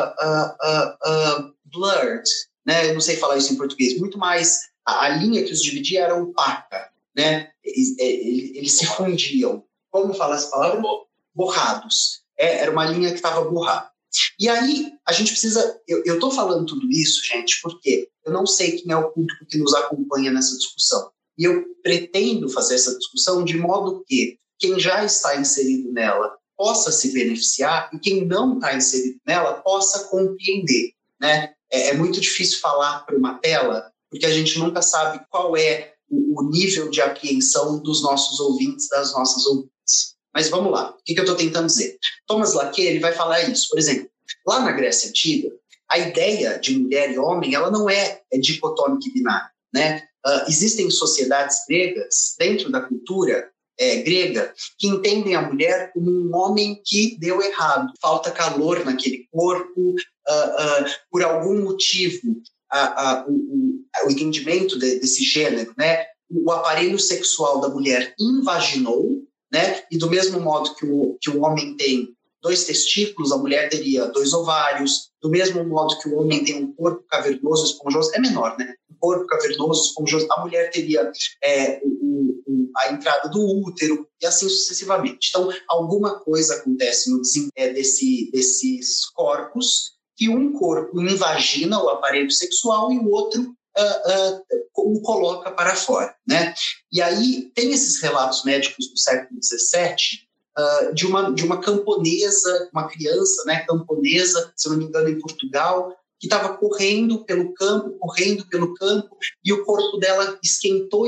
blurred, né? Eu não sei falar isso em português, muito mais, a linha que os dividia era opaca, né? Eles se fundiam. Como fala essa palavra? Borrados. Era uma linha que estava borrada. E aí, a gente precisa... Eu estou falando tudo isso, gente, porque eu não sei quem é o público que nos acompanha nessa discussão. E eu pretendo fazer essa discussão de modo que quem já está inserido nela possa se beneficiar e quem não está inserido nela possa compreender, né? É muito difícil falar para uma tela, porque a gente nunca sabe qual é o nível de apreensão dos nossos ouvintes, das nossas ouvintes. Mas vamos lá, o que eu estou tentando dizer? Thomas Laqueur, ele vai falar isso. Por exemplo, lá na Grécia Antiga, a ideia de mulher e homem, ela não é dicotômica e binária, né? Existem sociedades gregas, dentro da cultura grega, que entendem a mulher como um homem que deu errado. Falta calor naquele corpo, por algum motivo, o entendimento desse gênero, né? O aparelho sexual da mulher invaginou, né? E do mesmo modo que o homem tem 2 testículos, a mulher teria 2 ovários. Do mesmo modo que o homem tem um corpo cavernoso, esponjoso, é menor, né? Um corpo cavernoso, esponjoso, a mulher teria a entrada do útero e assim sucessivamente. Então, alguma coisa acontece no desempenho desses corpos, que um corpo invagina o aparelho sexual e o outro o coloca para fora, né? E aí tem esses relatos médicos do século XVII de uma camponesa, uma criança, né, camponesa, se não me engano, em Portugal, que estava correndo pelo campo, e o corpo dela esquentou,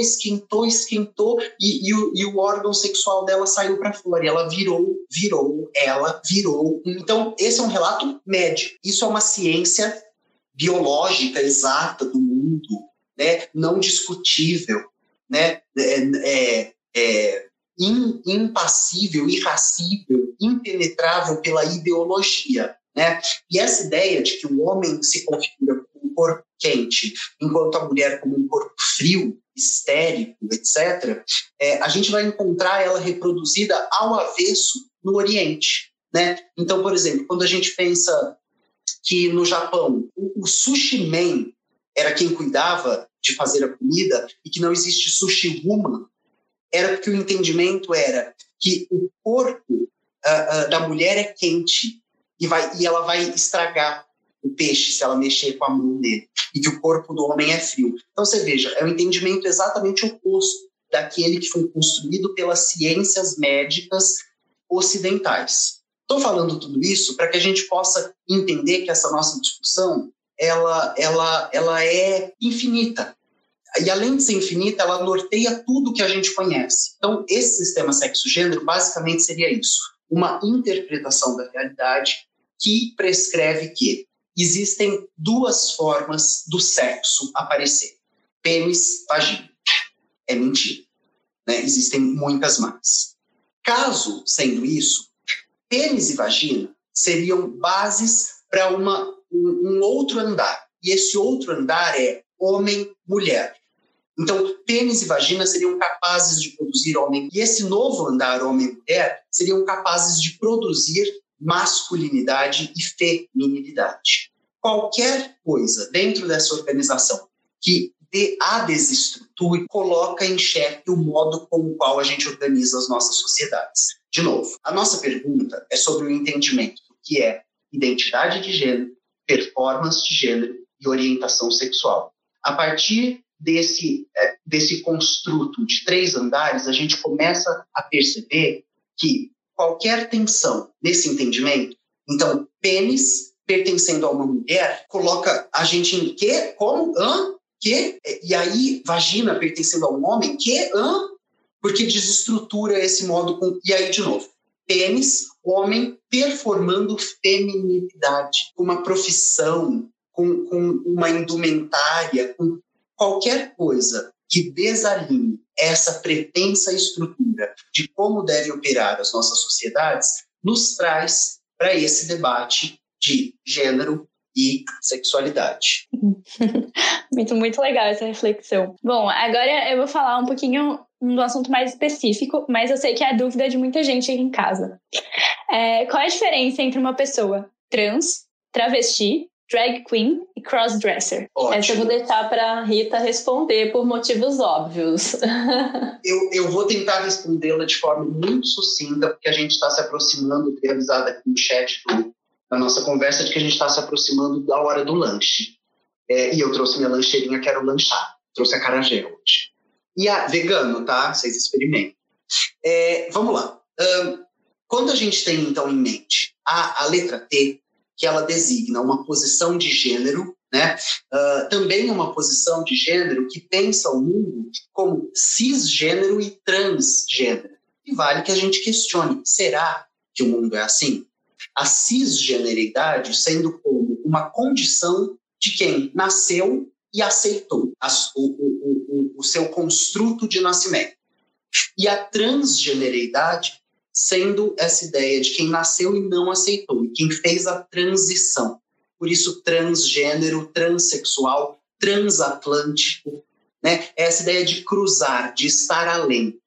e o órgão sexual dela saiu para fora, e ela virou. Então, esse é um relato médico. Isso é uma ciência biológica exata do mundo, né, não discutível, né, impassível, irracível, impenetrável pela ideologia, né? E essa ideia de que o homem se configura como um corpo quente, enquanto a mulher como um corpo frio, histérico, etc., a gente vai encontrar ela reproduzida ao avesso no Oriente, né? Então, por exemplo, quando a gente pensa que no Japão o sushi man era quem cuidava de fazer a comida e que não existe sushi woman, era porque o entendimento era que o corpo da mulher é quente e ela vai estragar o peixe se ela mexer com a mão dele, e que o corpo do homem é frio. Então você veja, é um entendimento exatamente oposto daquele que foi construído pelas ciências médicas ocidentais. Estou falando tudo isso para que a gente possa entender que essa nossa discussão ela é infinita. E além de ser infinita, ela norteia tudo que a gente conhece. Então, esse sistema sexo-gênero basicamente seria isso. Uma interpretação da realidade que prescreve que existem 2 formas do sexo aparecer. Pênis, vagina. É mentira, né? Existem muitas mais. Caso sendo isso, pênis e vagina seriam bases para um outro andar. E esse outro andar é homem-mulher. Então, pênis e vagina seriam capazes de produzir homem. E esse novo andar, homem e mulher, seriam capazes de produzir masculinidade e feminilidade. Qualquer coisa dentro dessa organização que a desestruture coloca em xeque o modo com o qual a gente organiza as nossas sociedades. De novo, a nossa pergunta é sobre o entendimento do que é identidade de gênero, performance de gênero e orientação sexual. A partir desse construto de 3 andares, a gente começa a perceber que qualquer tensão nesse entendimento, então, pênis pertencendo a uma mulher, coloca a gente em quê? Como? Que? E aí, vagina pertencendo a um homem, que? Porque desestrutura esse modo. E aí, de novo, pênis, homem performando feminilidade, uma profissão, com uma indumentária, com qualquer coisa que desalinhe essa pretensa estrutura de como deve operar as nossas sociedades, nos traz para esse debate de gênero e sexualidade. Muito legal essa reflexão. Bom, agora eu vou falar um pouquinho de um assunto mais específico, mas eu sei que é a dúvida de muita gente aqui em casa. Qual é a diferença entre uma pessoa trans, travesti, drag queen e crossdresser? Ótimo. Essa eu vou deixar para a Rita responder por motivos óbvios. Eu vou tentar respondê-la de forma muito sucinta, porque a gente está se aproximando, tenho avisado aqui no chat da nossa conversa, de que a gente está se aproximando da hora do lanche. E eu trouxe minha lancheirinha, quero lanchar. Trouxe a acarajé hoje. E vegano, tá? Vocês experimentem. Vamos lá. Quando a gente tem, então, em mente a letra T, que ela designa uma posição de gênero, né? Também uma posição de gênero que pensa o mundo como cisgênero e transgênero. E vale que a gente questione, será que o mundo é assim? A cisgeneridade sendo como uma condição de quem nasceu e aceitou o seu construto de nascimento. E a transgeneridade sendo essa ideia de quem nasceu e não aceitou, e quem fez a transição. Por isso, transgênero, transexual, transatlântico, né? Essa ideia de cruzar, de estar além.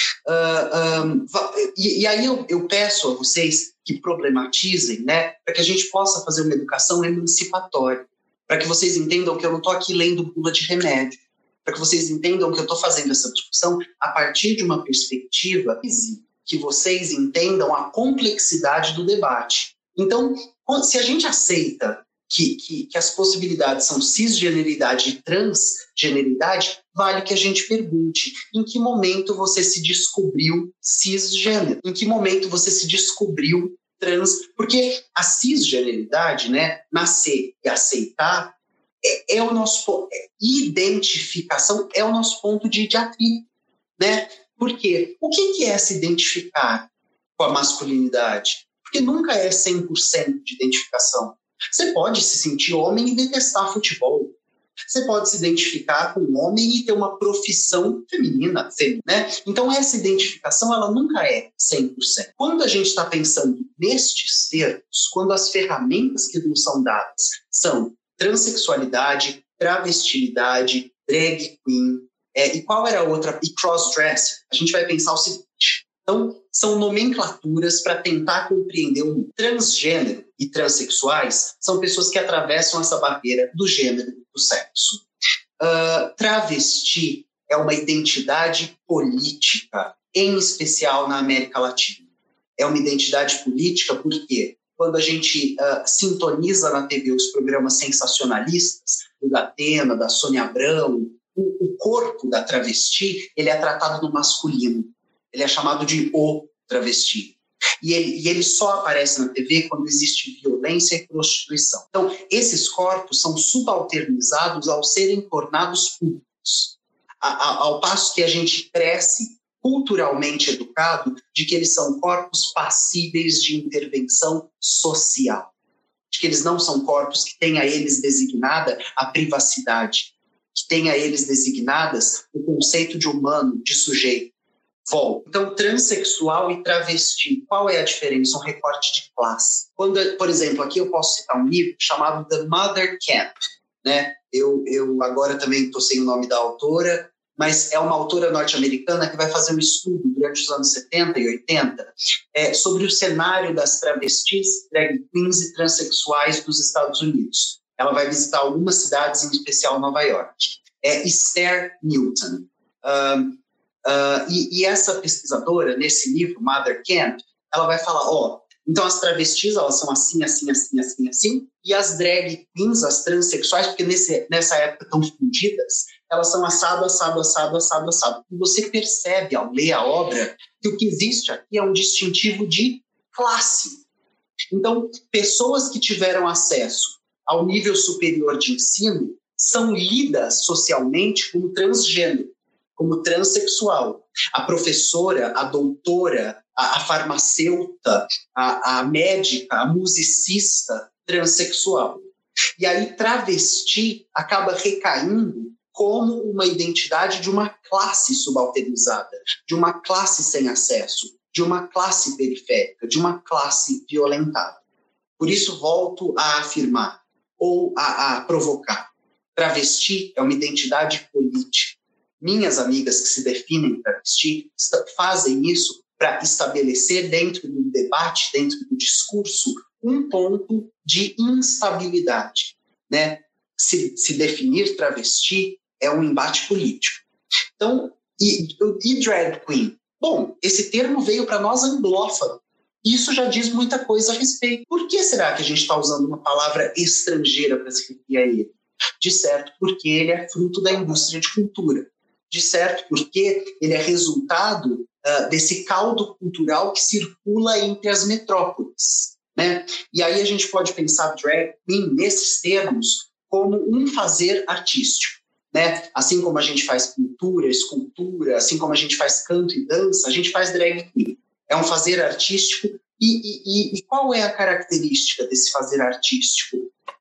E aí eu peço a vocês que problematizem, né, para que a gente possa fazer uma educação emancipatória, para que vocês entendam que eu não estou aqui lendo bula de remédio, para que vocês entendam que eu estou fazendo essa discussão a partir de uma perspectiva que vocês entendam a complexidade do debate. Então, se a gente aceita que as possibilidades são cisgeneridade e transgeneridade, vale que a gente pergunte em que momento você se descobriu cisgênero, em que momento você se descobriu trans, porque a cisgeneridade, né, nascer e aceitar, é o nosso identificação, é o nosso ponto de atrito, né? Porque o que é se identificar com a masculinidade? Porque nunca é 100% de identificação. Você pode se sentir homem e detestar futebol. Você pode se identificar com um homem e ter uma profissão feminina, né? Então essa identificação, ela nunca é 100%. Quando a gente está pensando nestes termos, quando as ferramentas que nos são dadas são transexualidade, travestilidade, drag queen, e qual era a outra? E crossdresser. A gente vai pensar o seguinte. Então, são nomenclaturas para tentar compreender o mundo. Transgênero e transexuais são pessoas que atravessam essa barreira do gênero e do sexo. Travesti é uma identidade política, em especial na América Latina. É uma identidade política porque quando a gente sintoniza na TV os programas sensacionalistas, do Datena, da Sônia Abrão, o corpo da travesti, ele é tratado no masculino. Ele é chamado de o travesti. E ele só aparece na TV quando existe violência e prostituição. Então, esses corpos são subalternizados ao serem tornados públicos. Ao passo que a gente cresce culturalmente educado de que eles são corpos passíveis de intervenção social. De que eles não são corpos que têm a eles designada a privacidade, que têm a eles designadas o conceito de humano, de sujeito. Então, transexual e travesti, qual é a diferença? Um recorte de classe. Quando, por exemplo, aqui eu posso citar um livro chamado The Mother Camp, né? Eu agora também estou sem o nome da autora, mas é uma autora norte-americana que vai fazer um estudo durante os anos 70 e 80 sobre o cenário das travestis, drag queens e transexuais dos Estados Unidos. Ela vai visitar algumas cidades, em especial Nova York. É Esther Newton. E essa pesquisadora, nesse livro, Mother Camp, ela vai falar, então as travestis, elas são assim, assim, assim, assim, assim, e as drag queens, as transexuais, porque nessa época estão fundidas, elas são assado, assado, assado, assado, assado. E você percebe, ao ler a obra, que o que existe aqui é um distintivo de classe. Então, pessoas que tiveram acesso ao nível superior de ensino são lidas socialmente como transgênero, como transexual. A professora, a doutora, a farmacêutica, a médica, a musicista, transexual. E aí travesti acaba recaindo como uma identidade de uma classe subalternizada, de uma classe sem acesso, de uma classe periférica, de uma classe violentada. Por isso volto a afirmar, ou a provocar. Travesti é uma identidade política. Minhas amigas que se definem travesti fazem isso para estabelecer dentro do debate, dentro do discurso, um ponto de instabilidade, né? Se definir travesti é um embate político. Então, e drag queen? Bom, esse termo veio para nós anglófono. Isso já diz muita coisa a respeito. Por que será que a gente está usando uma palavra estrangeira para se referir a ele? De certo, porque ele é fruto da indústria de cultura. De certo, porque ele é resultado desse caldo cultural que circula entre as metrópoles, né? E aí a gente pode pensar drag queen nesses termos como um fazer artístico, né? Assim como a gente faz pintura, escultura, assim como a gente faz canto e dança, a gente faz drag queen. É um fazer artístico. E qual é a característica desse fazer artístico?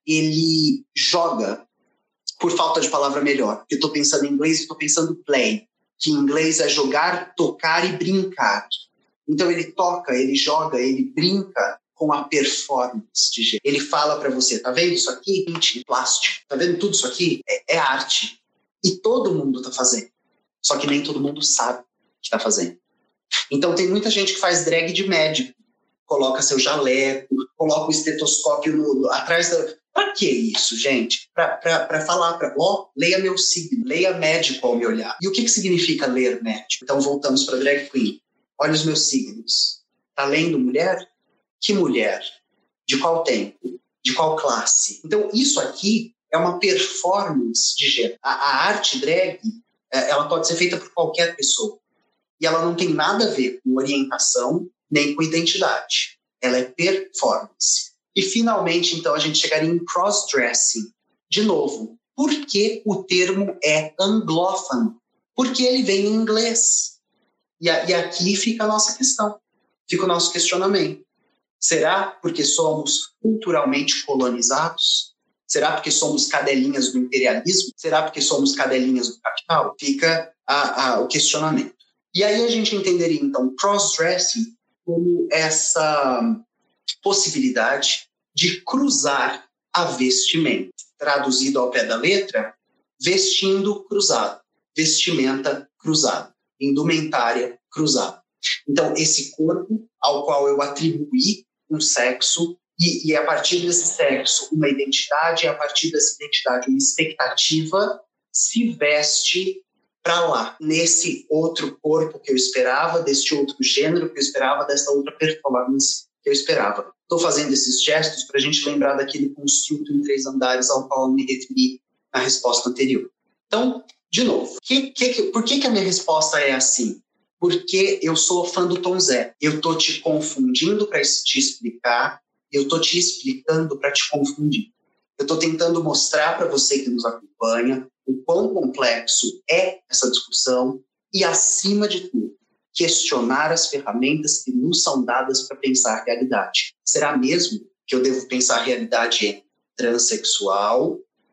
Ele joga, por falta de palavra melhor, porque eu estou pensando em inglês e estou pensando play, que em inglês é jogar, tocar e brincar. Então ele toca, ele joga, ele brinca com a performance de gênero. Ele fala para você, tá vendo isso aqui? Plástico. Tá vendo tudo isso aqui? É arte. E todo mundo tá fazendo. Só que nem todo mundo sabe que tá fazendo. Então tem muita gente que faz drag de médico. Coloca seu jaleco, coloca o estetoscópio atrás da... Para que isso, gente? Para falar, leia meu signo, leia médico ao me olhar. E o que significa ler médico? Então voltamos para drag queen. Olha os meus signos. Tá lendo mulher? Que mulher? De qual tempo? De qual classe? Então isso aqui é uma performance de gênero. A arte drag, ela pode ser feita por qualquer pessoa. E ela não tem nada a ver com orientação nem com identidade. Ela é performance. E, finalmente, então, a gente chegaria em cross-dressing. De novo, por que o termo é anglófono? Porque ele vem em inglês. E aqui fica a nossa questão, fica o nosso questionamento. Será porque somos culturalmente colonizados? Será porque somos cadelinhas do imperialismo? Será porque somos cadelinhas do capital? Fica o questionamento. E aí a gente entenderia, então, cross-dressing como essa possibilidade de cruzar a vestimenta. Traduzido ao pé da letra, vestindo cruzado, vestimenta cruzada, indumentária cruzada. Então, esse corpo ao qual eu atribuí um sexo e a partir desse sexo uma identidade, e a partir dessa identidade uma expectativa, se veste para lá, nesse outro corpo que eu esperava, deste outro gênero que eu esperava, dessa outra performance que eu esperava. Estou fazendo esses gestos para a gente lembrar daquele construto em 3 andares ao qual eu me referi na resposta anterior. Então, de novo, por que a minha resposta é assim? Porque eu sou fã do Tom Zé. Eu estou te confundindo para te explicar, eu estou te explicando para te confundir. Eu estou tentando mostrar para você que nos acompanha o quão complexo é essa discussão e, acima de tudo, questionar as ferramentas que nos são dadas para pensar a realidade. Será mesmo que eu devo pensar a realidade em transexual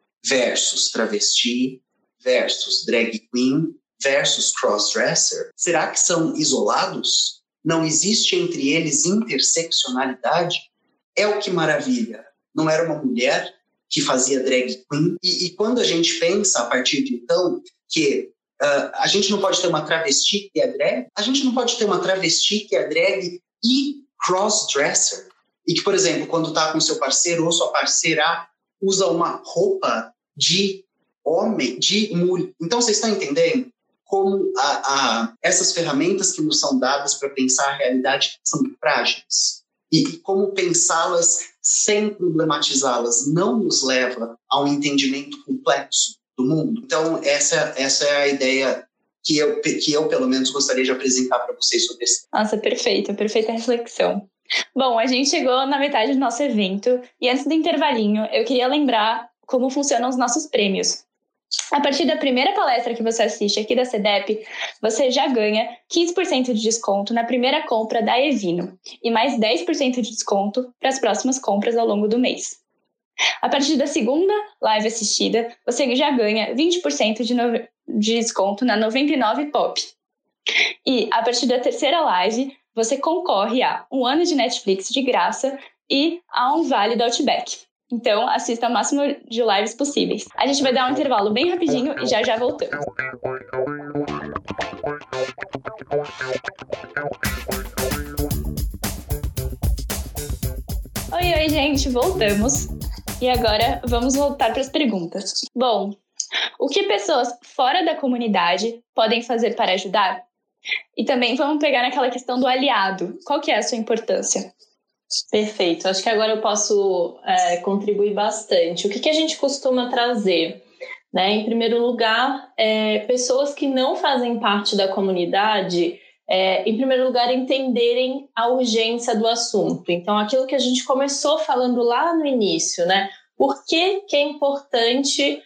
versus travesti versus drag queen versus crossdresser? Será que são isolados? Não existe entre eles interseccionalidade? É o que maravilha. Não era uma mulher que fazia drag queen? E quando a gente pensa, a partir de então, que A gente não pode ter uma travesti que é drag? A gente não pode ter uma travesti que é drag e crossdresser? E que, por exemplo, quando está com seu parceiro ou sua parceira, usa uma roupa de homem, de mulher. Então, vocês estão entendendo como essas ferramentas que nos são dadas para pensar a realidade são frágeis? E como pensá-las sem problematizá-las não nos leva a um entendimento complexo do mundo. Então, essa é a ideia que eu, pelo menos, gostaria de apresentar para vocês sobre isso. Nossa, perfeita reflexão. Bom, a gente chegou na metade do nosso evento e antes do intervalinho, eu queria lembrar como funcionam os nossos prêmios. A partir da primeira palestra que você assiste aqui da CDEP, você já ganha 15% de desconto na primeira compra da Evino e mais 10% de desconto para as próximas compras ao longo do mês. A partir da segunda live assistida, você já ganha 20% de desconto na 99 Pop. E a partir da terceira live, você concorre a 1 ano de Netflix de graça e a um vale do Outback. Então, assista ao máximo de lives possíveis. A gente vai dar um intervalo bem rapidinho e já voltamos. Oi, gente, voltamos. E agora vamos voltar para as perguntas. Bom, o que pessoas fora da comunidade podem fazer para ajudar? E também vamos pegar naquela questão do aliado. Qual que é a sua importância? Perfeito, acho que agora eu posso contribuir bastante. O que a gente costuma trazer? Né? Em primeiro lugar, pessoas que não fazem parte da comunidade, em primeiro lugar, entenderem a urgência do assunto. Então, aquilo que a gente começou falando lá no início, né? Por que é importante...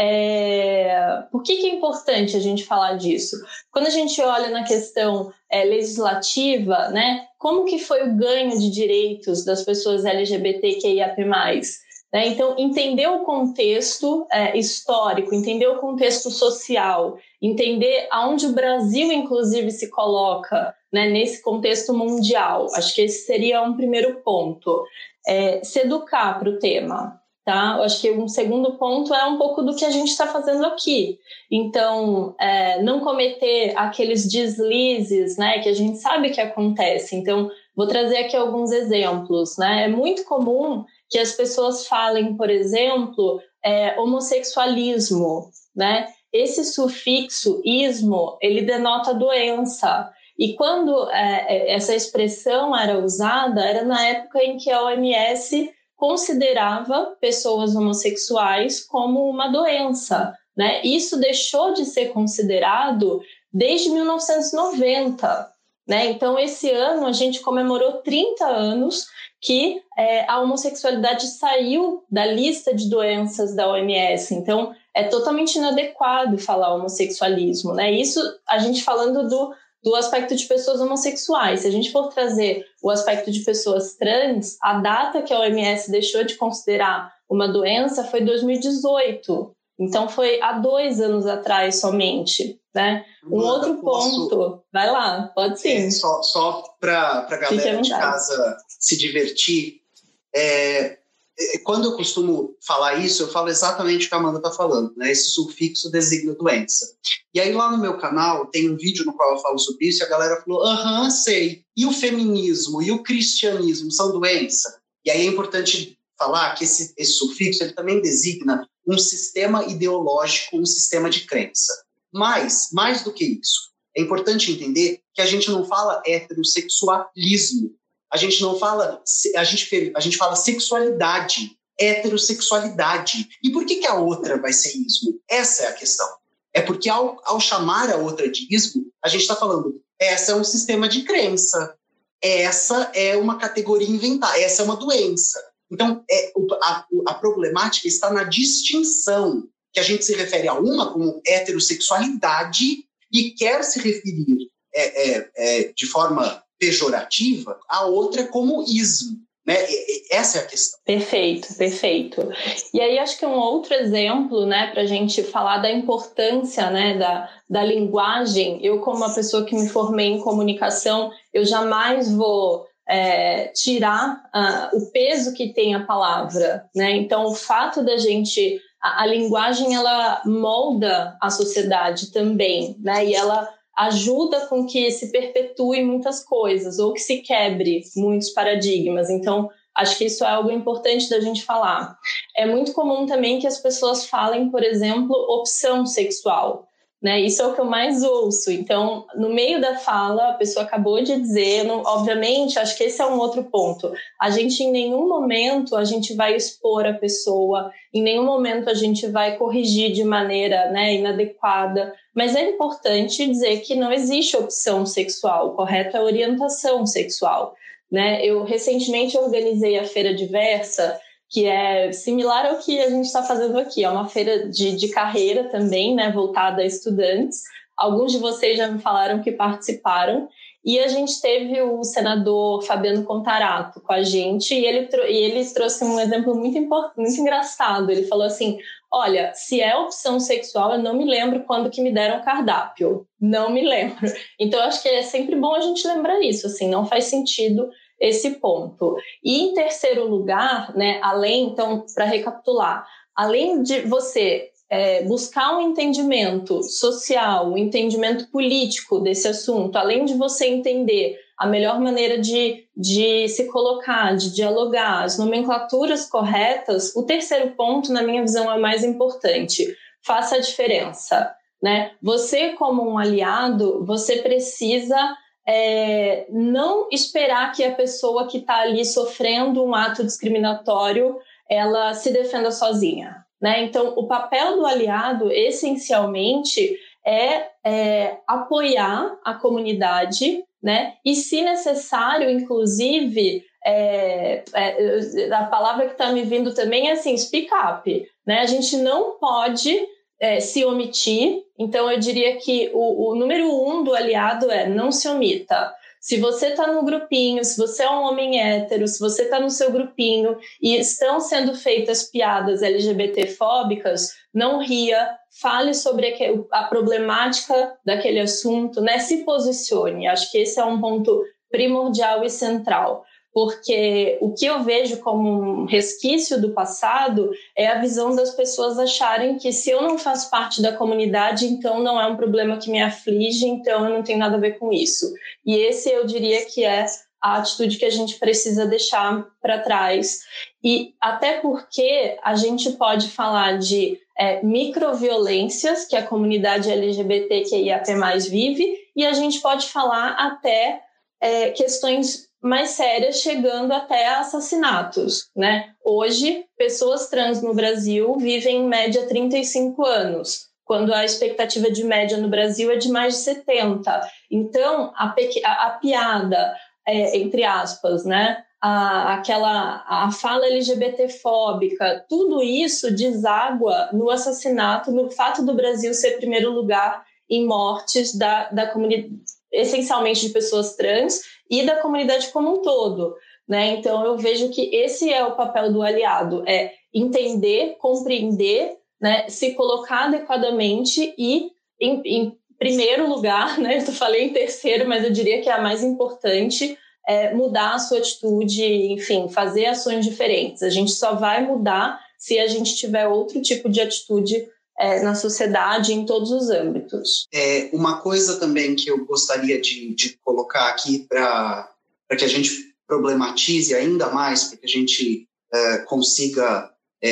Por que é importante a gente falar disso? Quando a gente olha na questão legislativa, né, como que foi o ganho de direitos das pessoas LGBTQIAP+, né? Então, entender o contexto histórico, entender o contexto social, entender aonde o Brasil, inclusive, se coloca, né, nesse contexto mundial. Acho que esse seria um primeiro ponto. Se educar para o tema. Tá? Eu acho que um segundo ponto é um pouco do que a gente está fazendo aqui. Então, não cometer aqueles deslizes, né, que a gente sabe que acontece. Então, vou trazer aqui alguns exemplos. Né? É muito comum que as pessoas falem, por exemplo, homossexualismo. Né? Esse sufixo ismo, ele denota doença. E quando essa expressão era usada, era na época em que a OMS considerava pessoas homossexuais como uma doença, né? Isso deixou de ser considerado desde 1990, né? Então, esse ano a gente comemorou 30 anos que a homossexualidade saiu da lista de doenças da OMS. Então, é totalmente inadequado falar homossexualismo, né? Isso a gente falando do aspecto de pessoas homossexuais. Se a gente for trazer o aspecto de pessoas trans, a data que a OMS deixou de considerar uma doença foi 2018. Então, foi há 2 anos atrás somente. Né? Um outro ponto... Vai lá, pode sim. Só para a galera de casa se divertir, quando eu costumo falar isso, eu falo exatamente o que a Amanda está falando, né? Esse sufixo designa doença. E aí lá no meu canal tem um vídeo no qual eu falo sobre isso e a galera falou, sei. E o feminismo e o cristianismo são doença? E aí é importante falar que esse sufixo ele também designa um sistema ideológico, um sistema de crença. Mas, mais do que isso, é importante entender que a gente não fala heterossexualismo. A gente não fala, a gente fala sexualidade, heterossexualidade. E por que a outra vai ser ismo? Essa é a questão. É porque ao chamar a outra de ismo, a gente está falando, essa é um sistema de crença, essa é uma categoria inventada, essa é uma doença. Então, a problemática está na distinção, que a gente se refere a uma como heterossexualidade e quer se referir de forma pejorativa, a outra como ismo, né? Essa é a questão. Perfeito. E aí acho que um outro exemplo, né, para a gente falar da importância, né, da linguagem. Eu, como uma pessoa que me formei em comunicação, eu jamais vou tirar o peso que tem a palavra, né? Então, o fato da gente a linguagem, ela molda a sociedade também, né? E ela ajuda com que se perpetue muitas coisas ou que se quebre muitos paradigmas. Então, acho que isso é algo importante da gente falar. É muito comum também que as pessoas falem, por exemplo, opção sexual, né? Isso é o que eu mais ouço. Então, no meio da fala, a pessoa acabou de dizer, obviamente, acho que esse é um outro ponto. A gente, em nenhum momento, a gente vai expor a pessoa, em nenhum momento a gente vai corrigir de maneira, né, inadequada, mas é importante dizer que não existe opção sexual, o correto é orientação sexual, né? Eu recentemente organizei a Feira Diversa, que é similar ao que a gente está fazendo aqui. É uma feira de carreira também, né, voltada a estudantes. Alguns de vocês já me falaram que participaram. E a gente teve o senador Fabiano Contarato com a gente e ele trouxe um exemplo muito engraçado. Ele falou assim, olha, se é opção sexual, eu não me lembro quando que me deram cardápio. Não me lembro. Então, eu acho que é sempre bom a gente lembrar isso. Assim, não faz sentido esse ponto. E em terceiro lugar, né, então, para recapitular, além de você buscar um entendimento social, um entendimento político desse assunto, além de você entender a melhor maneira de se colocar, de dialogar, as nomenclaturas corretas, o terceiro ponto, na minha visão, é o mais importante. Faça a diferença, né? Você, como um aliado, você precisa não esperar que a pessoa que está ali sofrendo um ato discriminatório, ela se defenda sozinha, né? Então, o papel do aliado, essencialmente, é apoiar a comunidade, né? E, se necessário, inclusive, a palavra que está me vindo também é assim, speak up, né? A gente não pode se omitir. Então, eu diria que o número 1 do aliado é não se omita. Se você está no grupinho, se você é um homem hétero, se você está no seu grupinho e estão sendo feitas piadas LGBT-fóbicas, não ria, fale sobre a problemática daquele assunto, né? Se posicione. Acho que esse é um ponto primordial e central. Porque o que eu vejo como um resquício do passado é a visão das pessoas acharem que se eu não faço parte da comunidade, então não é um problema que me aflige, então eu não tenho nada a ver com isso. E esse eu diria que é a atitude que a gente precisa deixar para trás. E até porque a gente pode falar de microviolências que a comunidade LGBTQIAP+ vive, e a gente pode falar até questões mais sérias, chegando até assassinatos, né? Hoje, pessoas trans no Brasil vivem em média 35 anos, quando a expectativa de média no Brasil é de mais de 70. Então, a piada, entre aspas, né? A fala LGBT-fóbica, tudo isso deságua no assassinato, no fato do Brasil ser primeiro lugar em mortes da comunidade, essencialmente de pessoas trans, e da comunidade como um todo, né? Então, eu vejo que esse é o papel do aliado, é entender, compreender, né? Se colocar adequadamente e, em primeiro lugar, né? Eu falei em terceiro, mas eu diria que é a mais importante, mudar a sua atitude, enfim, fazer ações diferentes. A gente só vai mudar se a gente tiver outro tipo de atitude na sociedade, em todos os âmbitos. Uma coisa também que eu gostaria de colocar aqui para que a gente problematize ainda mais, para que a gente consiga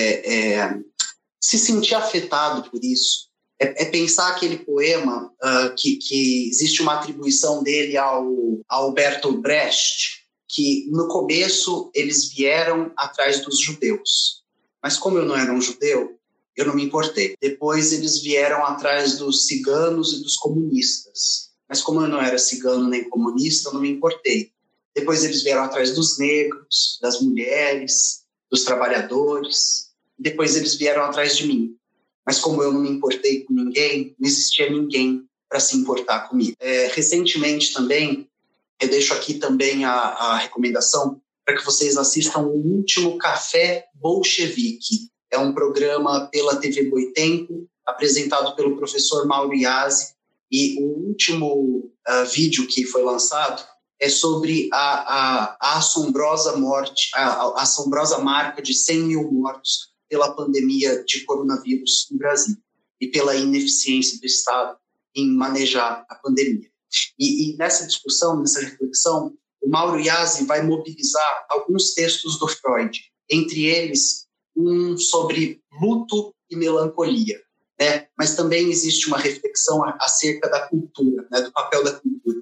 se sentir afetado por isso, é pensar aquele poema que existe uma atribuição dele ao Bertolt Brecht, que no começo eles vieram atrás dos judeus, mas como eu não era um judeu, eu não me importei. Depois eles vieram atrás dos ciganos e dos comunistas. Mas como eu não era cigano nem comunista, eu não me importei. Depois eles vieram atrás dos negros, das mulheres, dos trabalhadores. Depois eles vieram atrás de mim. Mas como eu não me importei com ninguém, não existia ninguém para se importar comigo. Recentemente também, eu deixo aqui também a recomendação para que vocês assistam o último Café Bolchevique. É um programa pela TV Boitempo, apresentado pelo professor Mauro Iazzi, e o último vídeo que foi lançado é sobre a assombrosa morte, a assombrosa marca de 100 mil mortos pela pandemia de coronavírus no Brasil e pela ineficiência do Estado em manejar a pandemia. E nessa discussão, nessa reflexão, o Mauro Iasi vai mobilizar alguns textos do Freud, entre eles um sobre luto e melancolia, né? Mas também existe uma reflexão acerca da cultura, né? Do papel da cultura.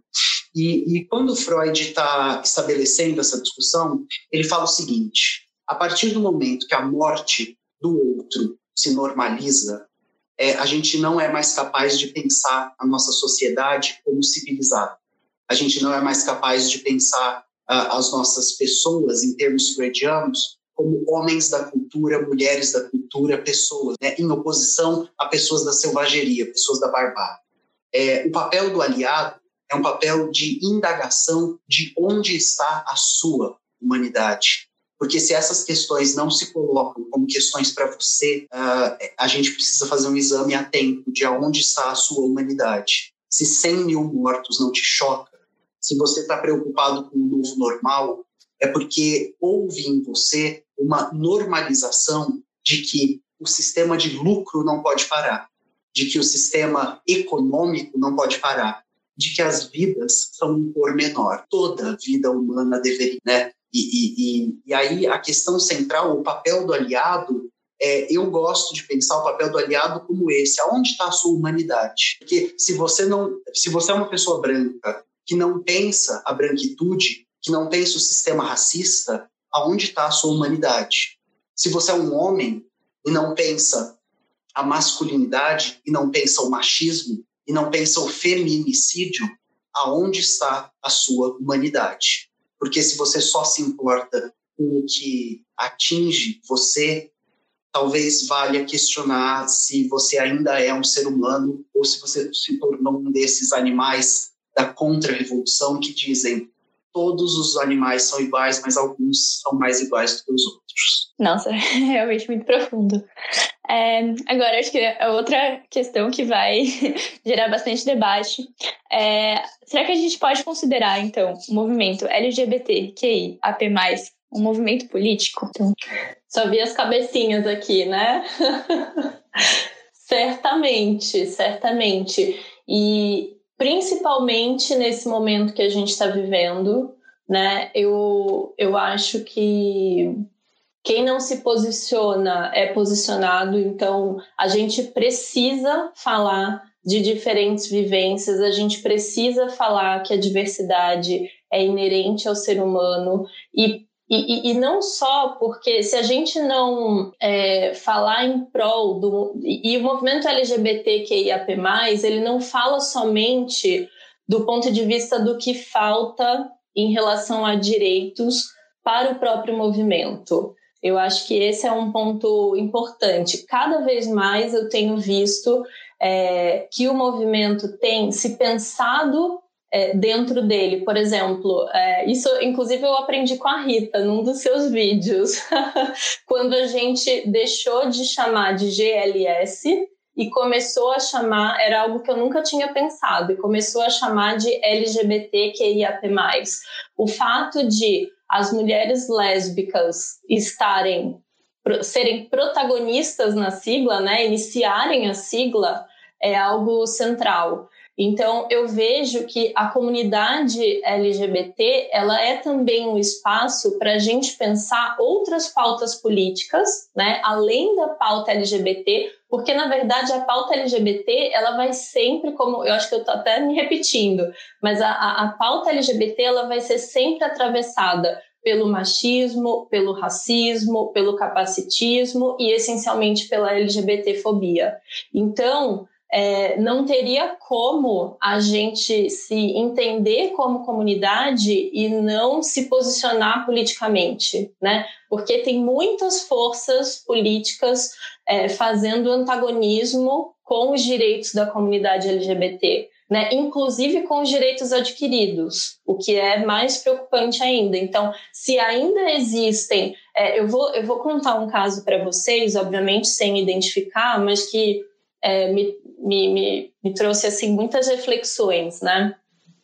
E quando Freud está estabelecendo essa discussão, ele fala o seguinte: a partir do momento que a morte do outro se normaliza, a gente não é mais capaz de pensar a nossa sociedade como civilizada. A gente não é mais capaz de pensar as nossas pessoas, em termos freudianos, como homens da cultura, mulheres da cultura, pessoas, né, em oposição a pessoas da selvageria, pessoas da barbárie. O papel do aliado é um papel de indagação de onde está a sua humanidade. Porque se essas questões não se colocam como questões para você, a gente precisa fazer um exame atento de aonde está a sua humanidade. Se 100 mil mortos não te choca, se você está preocupado com o novo normal, é porque houve em você uma normalização de que o sistema de lucro não pode parar, de que o sistema econômico não pode parar, de que as vidas são um pormenor. Toda vida humana deveria, né? E aí a questão central, o papel do aliado, eu gosto de pensar o papel do aliado como esse: aonde está a sua humanidade? Porque se você é uma pessoa branca que não pensa a branquitude, que não pensa o sistema racista, aonde está a sua humanidade? Se você é um homem e não pensa a masculinidade, e não pensa o machismo, e não pensa o feminicídio, aonde está a sua humanidade? Porque se você só se importa com o que atinge você, talvez valha questionar se você ainda é um ser humano ou se você se tornou um desses animais da contra-revolução que dizem: todos os animais são iguais, mas alguns são mais iguais do que os outros. Nossa, é realmente muito profundo. Agora, acho que a outra questão que vai gerar bastante debate será que a gente pode considerar, então, o movimento LGBTQIAP+, um movimento político? Então, só vi as cabecinhas aqui, né? Certamente. E principalmente nesse momento que a gente está vivendo, né? Eu acho que quem não se posiciona é posicionado, então a gente precisa falar de diferentes vivências, a gente precisa falar que a diversidade é inerente ao ser humano e não só porque se a gente não falar em prol e o movimento LGBTQIAP+, ele não fala somente do ponto de vista do que falta em relação a direitos para o próprio movimento. Eu acho que esse é um ponto importante. Cada vez mais eu tenho visto que o movimento tem se pensado dentro dele. Por exemplo, isso inclusive eu aprendi com a Rita num dos seus vídeos, quando a gente deixou de chamar de GLS e começou a chamar, era algo que eu nunca tinha pensado, e começou a chamar de LGBTQIAP+. O fato de as mulheres lésbicas serem protagonistas na sigla, né, iniciarem a sigla, é algo central. Então, eu vejo que a comunidade LGBT, ela é também um espaço para a gente pensar outras pautas políticas, né, além da pauta LGBT, porque, na verdade, a pauta LGBT, ela vai sempre, como eu acho que eu estou até me repetindo, mas a pauta LGBT, ela vai ser sempre atravessada pelo machismo, pelo racismo, pelo capacitismo e, essencialmente, pela LGBTfobia. Então, não teria como a gente se entender como comunidade e não se posicionar politicamente, né? Porque tem muitas forças políticas fazendo antagonismo com os direitos da comunidade LGBT, né? Inclusive com os direitos adquiridos, o que é mais preocupante ainda. Então, se ainda existem... eu vou contar um caso para vocês, obviamente sem identificar, mas que me trouxe assim, muitas reflexões, né?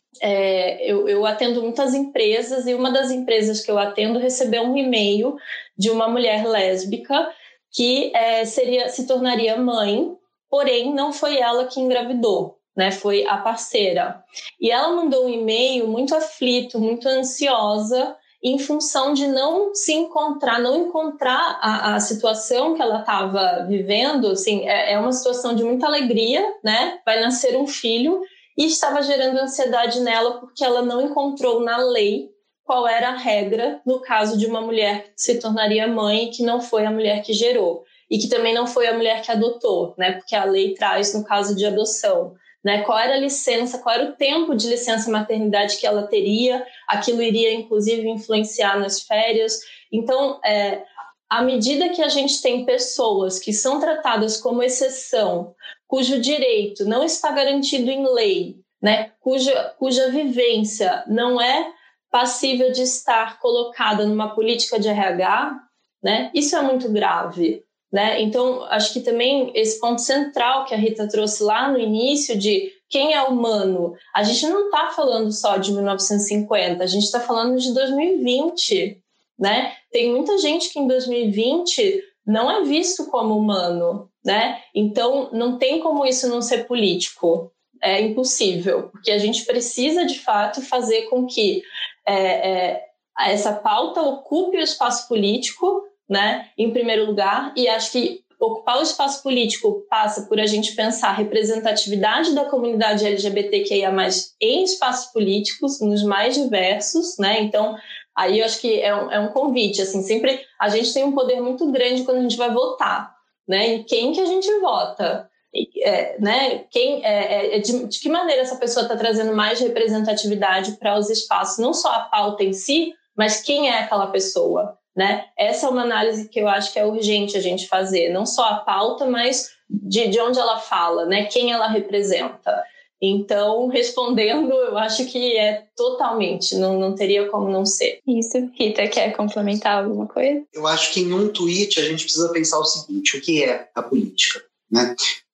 Eu atendo muitas empresas e uma das empresas que eu atendo recebeu um e-mail de uma mulher lésbica que se tornaria mãe, porém não foi ela que engravidou, né? Foi a parceira. E ela mandou um e-mail muito aflito, muito ansiosa, em função de não encontrar a situação que ela estava vivendo. Assim, é uma situação de muita alegria, né? Vai nascer um filho, e estava gerando ansiedade nela porque ela não encontrou na lei qual era a regra no caso de uma mulher que se tornaria mãe e que não foi a mulher que gerou, e que também não foi a mulher que adotou, né? Porque a lei traz no caso de adoção, né? Qual era a licença, qual era o tempo de licença maternidade que ela teria, aquilo iria inclusive influenciar nas férias. Então, à medida que a gente tem pessoas que são tratadas como exceção, cujo direito não está garantido em lei, né? cuja vivência não é passível de estar colocada numa política de RH, né? Isso é muito grave, né? Então, acho que também esse ponto central que a Rita trouxe lá no início de quem é humano, a gente não está falando só de 1950, a gente está falando de 2020, né? Tem muita gente que em 2020 não é visto como humano, né? Então, não tem como isso não ser político. É impossível, porque a gente precisa, de fato, fazer com que essa pauta ocupe o espaço político, né, em primeiro lugar, e acho que ocupar o espaço político passa por a gente pensar a representatividade da comunidade LGBTQIA+, em espaços políticos, nos mais diversos, né? Então, aí eu acho que é um convite, assim, sempre a gente tem um poder muito grande quando a gente vai votar, né? Em quem que a gente vota, né? De que maneira essa pessoa está trazendo mais representatividade para os espaços, não só a pauta em si, mas quem é aquela pessoa, né? Essa é uma análise que eu acho que é urgente a gente fazer, não só a pauta, mas de onde ela fala, né? Quem ela representa. Então, respondendo, eu acho que é totalmente, não teria como não ser. Isso. Rita, quer complementar alguma coisa? Eu acho que em um tweet a gente precisa pensar o seguinte: o que é a política, né?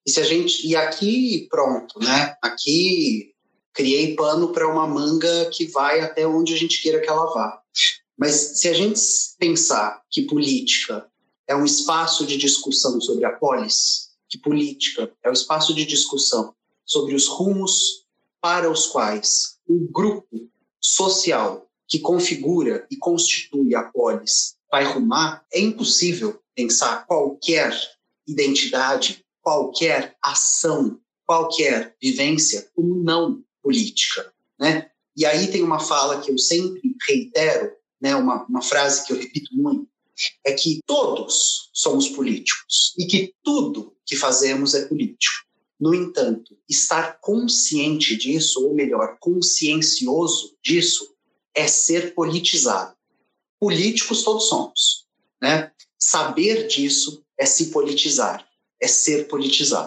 E aqui, pronto, né? Aqui criei pano para uma manga que vai até onde a gente queira que ela vá. Mas se a gente pensar que política é um espaço de discussão sobre a polis, que política é um espaço de discussão sobre os rumos para os quais o grupo social que configura e constitui a polis vai rumar, é impossível pensar qualquer identidade, qualquer ação, qualquer vivência como não política, né? E aí tem uma fala que eu sempre reitero, né, uma frase que eu repito muito, é que todos somos políticos e que tudo que fazemos é político. No entanto, estar consciente disso, ou melhor, consciencioso disso, é ser politizado. Políticos todos somos, né? Saber disso é se politizar, é ser politizado.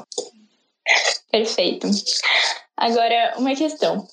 Perfeito. Agora, uma questão.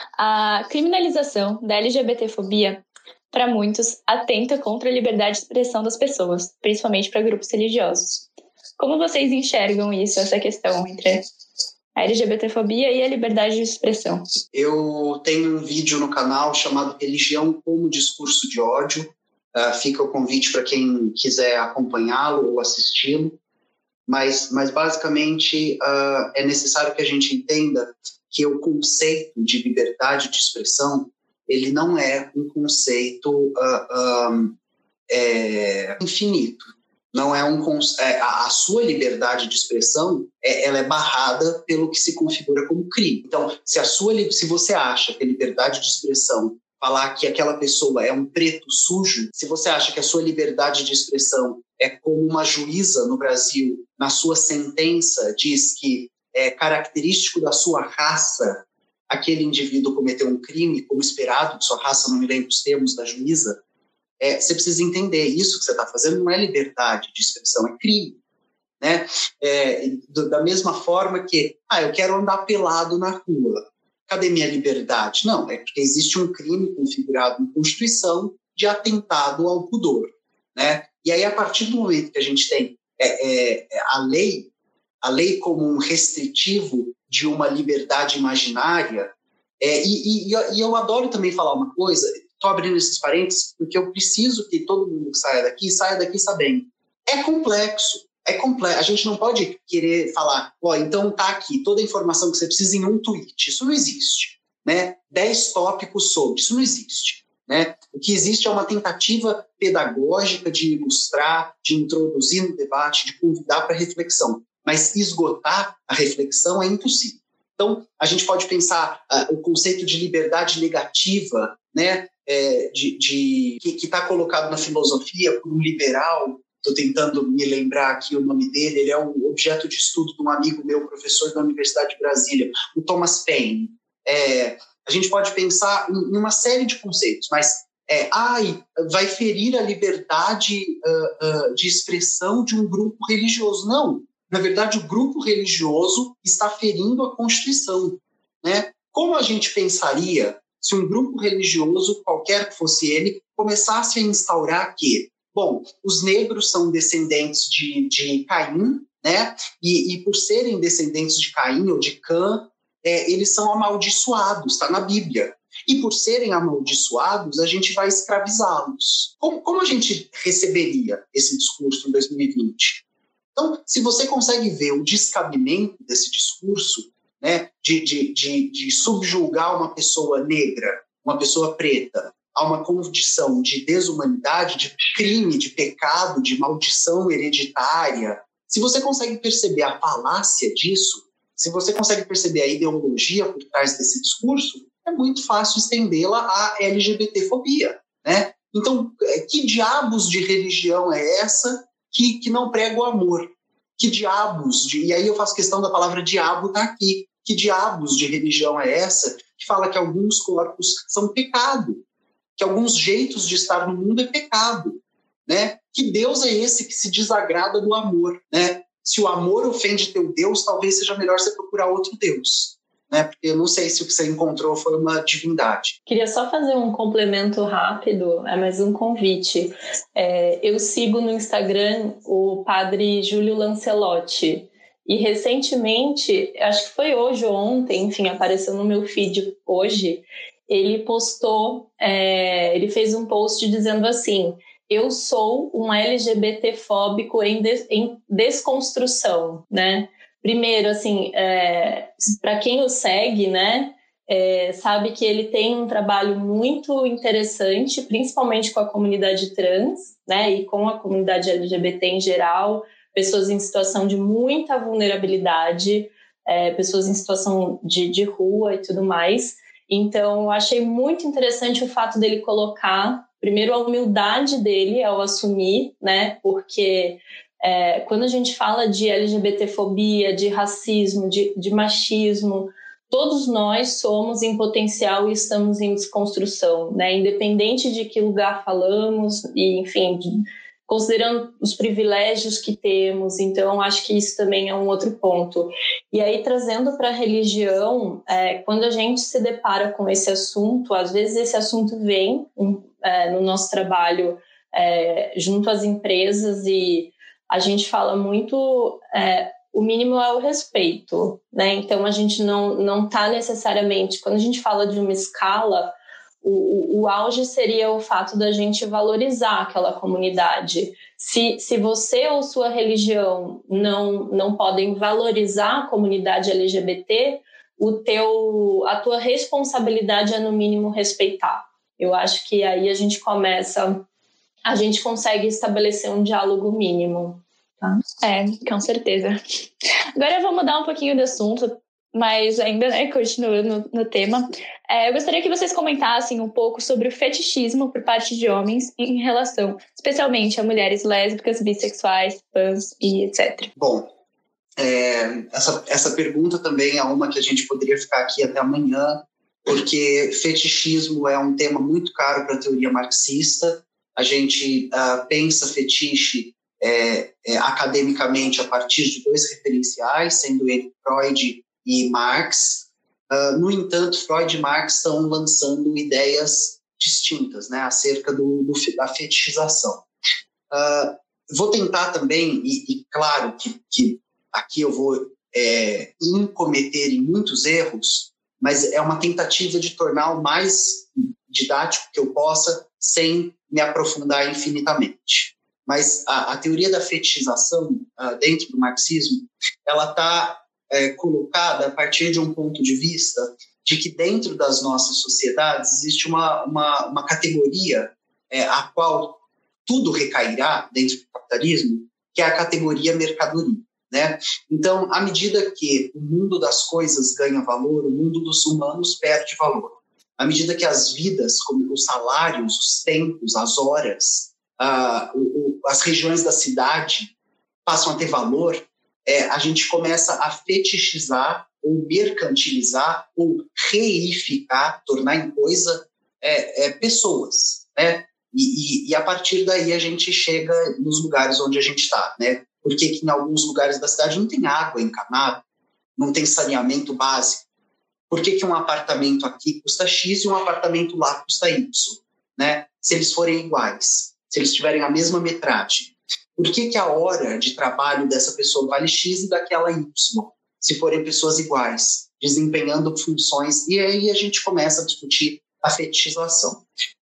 A criminalização da LGBTfobia, para muitos, atenta contra a liberdade de expressão das pessoas, principalmente para grupos religiosos. Como vocês enxergam isso, essa questão entre a LGBTfobia e a liberdade de expressão? Eu tenho um vídeo no canal chamado Religião como Discurso de Ódio. Fica o convite para quem quiser acompanhá-lo ou assisti-lo. Mas basicamente, é necessário que a gente entenda que o conceito de liberdade de expressão ele não é um conceito infinito. Não é a sua liberdade de expressão ela é barrada pelo que se configura como crime. Então, se você acha que a liberdade de expressão falar que aquela pessoa é um preto sujo, se você acha que a sua liberdade de expressão é como uma juíza no Brasil, na sua sentença, diz que é característico da sua raça aquele indivíduo cometeu um crime, como esperado de sua raça, não me lembro os termos da juíza, você precisa entender, isso que você está fazendo não é liberdade de expressão, é crime. Né? Da mesma forma que, eu quero andar pelado na rua. Cadê minha liberdade? Não, é porque existe um crime configurado na Constituição de atentado ao pudor. Né? E aí, a partir do momento que a gente tem a lei como um restritivo de uma liberdade imaginária, e eu adoro também falar uma coisa, estou abrindo esses parênteses porque eu preciso que todo mundo que saia daqui sabendo. É complexo. A gente não pode querer falar, então tá aqui toda a informação que você precisa em um tweet. Isso não existe, né? 10 tópicos sobre, isso não existe, né? O que existe é uma tentativa pedagógica de ilustrar, de introduzir no debate, de convidar para reflexão. Mas esgotar a reflexão é impossível. Então, a gente pode pensar o conceito de liberdade negativa, né? Que está colocado na filosofia por um liberal. Estou tentando me lembrar aqui o nome dele. Ele é um objeto de estudo de um amigo meu, professor da Universidade de Brasília, o Thomas Paine. A gente pode pensar em uma série de conceitos, mas vai ferir a liberdade de expressão de um grupo religioso. Não, na verdade, o grupo religioso está ferindo a Constituição, né? Como a gente pensaria se um grupo religioso, qualquer que fosse ele, começasse a instaurar que, os negros são descendentes de Caim, né? E por serem descendentes de Caim ou de Cã, eles são amaldiçoados, está na Bíblia. E por serem amaldiçoados, a gente vai escravizá-los. Como a gente receberia esse discurso em 2020? Então, se você consegue ver o descabimento desse discurso, né, de subjugar uma pessoa negra, uma pessoa preta, a uma condição de desumanidade, de crime, de pecado, de maldição hereditária, se você consegue perceber a falácia disso, se você consegue perceber a ideologia por trás desse discurso, é muito fácil estendê-la à LGBTfobia, né? Então, que diabos de religião é essa que não prega o amor? Que diabos e aí eu faço questão da palavra diabo tá aqui. Que diabos de religião é essa que fala que alguns corpos são pecado? Que alguns jeitos de estar no mundo é pecado, né? Que Deus é esse que se desagrada do amor, né? Se o amor ofende teu Deus, talvez seja melhor você procurar outro Deus, né? Porque eu não sei se o que você encontrou foi uma divindade. Queria só fazer um complemento rápido, mais um convite. Eu sigo no Instagram o padre Júlio Lancelotti e recentemente, acho que foi hoje ou ontem, enfim, apareceu no meu feed hoje, ele postou, ele fez um post dizendo assim: eu sou um LGBT-fóbico em desconstrução, né? Primeiro, assim, para quem o segue, né, sabe que ele tem um trabalho muito interessante, principalmente com a comunidade trans, né, e com a comunidade LGBT em geral, pessoas em situação de muita vulnerabilidade, pessoas em situação de rua e tudo mais. Então, eu achei muito interessante o fato dele colocar, primeiro, a humildade dele ao assumir, né, porque quando a gente fala de LGBTfobia, de racismo, de machismo, todos nós somos em potencial e estamos em desconstrução, né? Independente de que lugar falamos, e, enfim, considerando os privilégios que temos. Então, acho que isso também é um outro ponto. E aí, trazendo para a religião, quando a gente se depara com esse assunto, às vezes esse assunto vem no nosso trabalho junto às empresas e a gente fala muito, o mínimo é o respeito, né? Então, a gente não está necessariamente... Quando a gente fala de uma escala, o auge seria o fato da gente valorizar aquela comunidade. Se você ou sua religião não podem valorizar a comunidade LGBT, a tua responsabilidade é, no mínimo, respeitar. Eu acho que aí a gente consegue estabelecer um diálogo mínimo. Tá? Com certeza. Agora eu vou mudar um pouquinho de assunto, mas ainda, né, continuando no tema. Eu gostaria que vocês comentassem um pouco sobre o fetichismo por parte de homens em relação, especialmente a mulheres lésbicas, bissexuais, trans e etc. Bom, essa pergunta também é uma que a gente poderia ficar aqui até amanhã, porque fetichismo é um tema muito caro para a teoria marxista. A gente pensa fetiche academicamente a partir de dois referenciais, sendo ele Freud e Marx. No entanto, Freud e Marx estão lançando ideias distintas, né, acerca da fetichização. Vou tentar também, e claro que aqui eu vou incometer em muitos erros, mas é uma tentativa de tornar o mais didático que eu possa, sem me aprofundar infinitamente. mas a teoria da fetichização dentro do marxismo, ela está colocada a partir de um ponto de vista de que dentro das nossas sociedades existe uma categoria a qual tudo recairá dentro do capitalismo, que é a categoria mercadoria, né? Então, à medida que o mundo das coisas ganha valor, o mundo dos humanos perde valor. À medida que as vidas, como os salários, os tempos, as horas, as regiões da cidade passam a ter valor, a gente começa a fetichizar ou mercantilizar ou reificar, tornar em coisa pessoas, né? E a partir daí a gente chega nos lugares onde a gente está, né? Porque que em alguns lugares da cidade não tem água encanada, não tem saneamento básico. Por que um apartamento aqui custa X e um apartamento lá custa Y, né? Se eles forem iguais, se eles tiverem a mesma metragem. Por que a hora de trabalho dessa pessoa vale X e daquela Y, se forem pessoas iguais, desempenhando funções? E aí a gente começa a discutir a fetichização.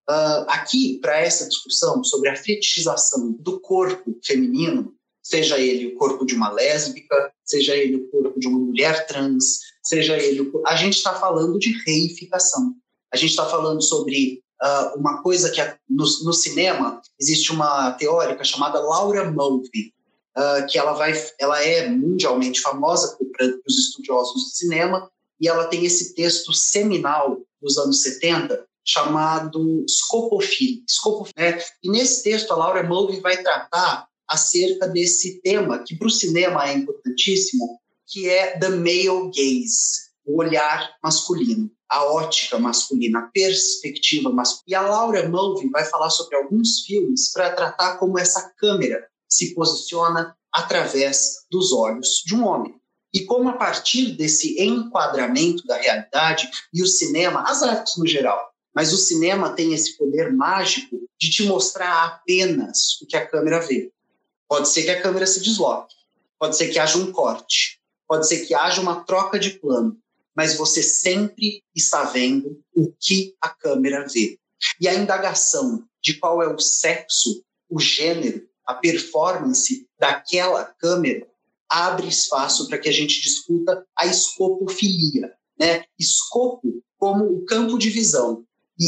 Aqui, para essa discussão sobre a fetichização do corpo feminino, seja ele o corpo de uma lésbica, seja ele o corpo de uma mulher trans, seja ele... A gente está falando de reificação. A gente está falando sobre uma coisa que no cinema existe uma teórica chamada Laura Mulvey, que ela é mundialmente famosa para os estudiosos do cinema, e ela tem esse texto seminal dos anos 70 chamado Scopophile, né? E nesse texto a Laura Mulvey vai tratar acerca desse tema que para o cinema é importantíssimo, que é the male gaze, o olhar masculino, a ótica masculina, a perspectiva masculina. E a Laura Mulvey vai falar sobre alguns filmes para tratar como essa câmera se posiciona através dos olhos de um homem. E como a partir desse enquadramento da realidade, e o cinema, as artes no geral, mas o cinema tem esse poder mágico de te mostrar apenas o que a câmera vê. Pode ser que a câmera se desloque, pode ser que haja um corte, pode ser que haja uma troca de plano, mas você sempre está vendo o que a câmera vê. E a indagação de qual é o sexo, o gênero, a performance daquela câmera abre espaço para que a gente discuta a escopofilia, né? Escopo como o campo de visão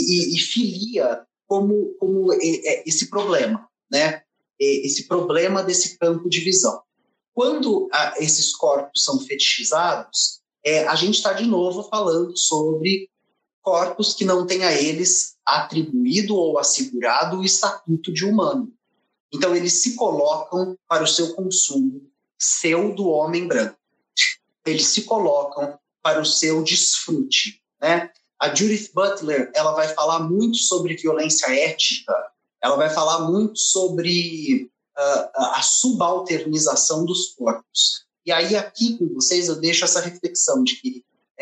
e filia como esse problema, né? Esse problema desse campo de visão. Quando esses corpos são fetichizados, a gente está de novo falando sobre corpos que não têm a eles atribuído ou assegurado o estatuto de humano. Então, eles se colocam para o seu consumo, seu do homem branco. Eles se colocam para o seu desfrute, né? A Judith Butler, ela vai falar muito sobre violência ética, ela vai falar muito sobre a subalternização dos corpos. E aí, aqui com vocês, eu deixo essa reflexão de que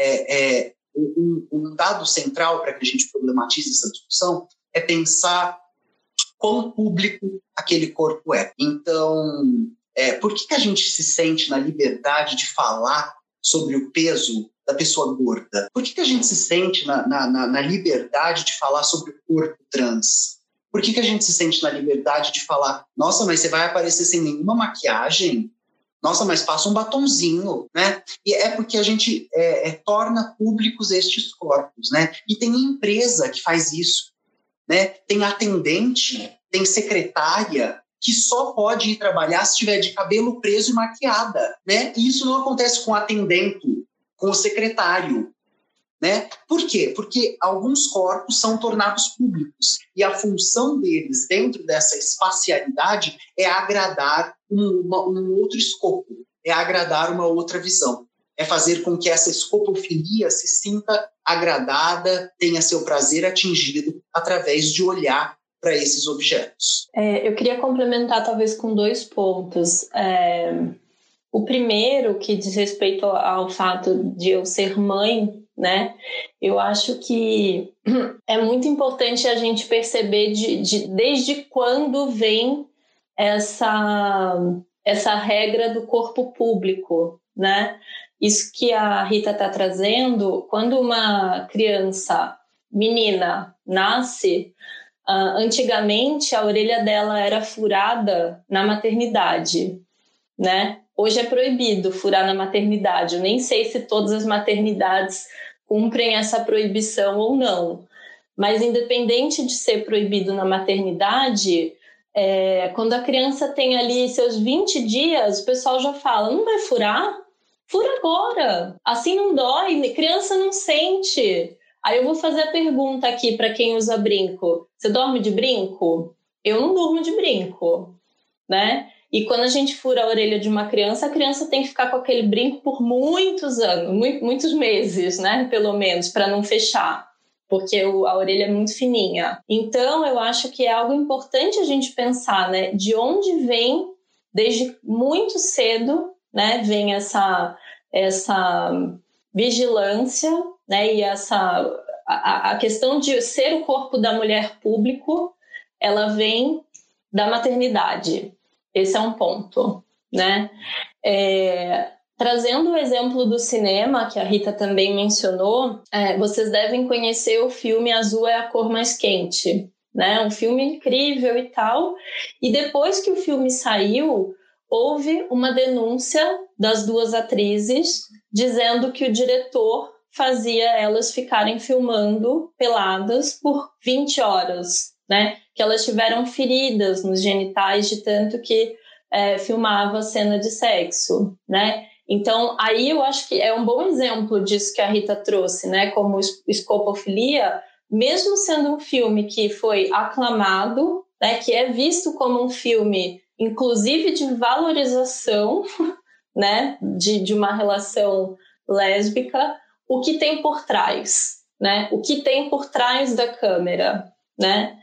um dado central para que a gente problematize essa discussão é pensar quão público aquele corpo é. Então, por que a gente se sente na liberdade de falar sobre o peso da pessoa gorda? Por que a gente se sente na liberdade de falar sobre o corpo trans? Por que a gente se sente na liberdade de falar, nossa, mas você vai aparecer sem nenhuma maquiagem? Nossa, mas passa um batonzinho, né? E é porque a gente torna públicos estes corpos, né? E tem empresa que faz isso, né? Tem atendente, tem secretária que só pode ir trabalhar se estiver de cabelo preso e maquiada, né? E isso não acontece com o atendente, com o secretário, né? Por quê? Porque alguns corpos são tornados públicos e a função deles dentro dessa espacialidade é agradar um outro escopo, é agradar uma outra visão, é fazer com que essa escopofilia se sinta agradada, tenha seu prazer atingido através de olhar para esses objetos. Eu queria complementar talvez com 2 pontos. O primeiro, que diz respeito ao fato de eu ser mãe, né? Eu acho que é muito importante a gente perceber desde quando vem essa regra do corpo público, né? Isso que a Rita está trazendo, quando uma criança, menina, nasce, Antigamente, a orelha dela era furada na maternidade, né? Hoje é proibido furar na maternidade. Eu nem sei se todas as maternidades cumprem essa proibição ou não. Mas, independente de ser proibido na maternidade, quando a criança tem ali seus 20 dias, o pessoal já fala, não vai furar? Fura agora. Assim não dói, criança não sente. Aí eu vou fazer a pergunta aqui para quem usa brinco. Você dorme de brinco? Eu não durmo de brinco, né? E quando a gente fura a orelha de uma criança, a criança tem que ficar com aquele brinco por muitos anos, muitos meses, né? Pelo menos, para não fechar, porque a orelha é muito fininha. Então, eu acho que é algo importante a gente pensar, né? De onde vem, desde muito cedo, né? Vem essa vigilância, né? E a questão de ser o corpo da mulher público, ela vem da maternidade. Esse é um ponto, né? Trazendo o exemplo do cinema, que a Rita também mencionou, vocês devem conhecer o filme Azul é a Cor Mais Quente, né? Um filme incrível e tal. E depois que o filme saiu, houve uma denúncia das duas atrizes dizendo que o diretor fazia elas ficarem filmando peladas por 20 horas, né? Que elas tiveram feridas nos genitais de tanto que filmava a cena de sexo, né? Então, aí eu acho que é um bom exemplo disso que a Rita trouxe, né? Como escopofilia, mesmo sendo um filme que foi aclamado, né? Que é visto como um filme, inclusive, de valorização, né? De uma relação lésbica, o que tem por trás, né? O que tem por trás da câmera, né?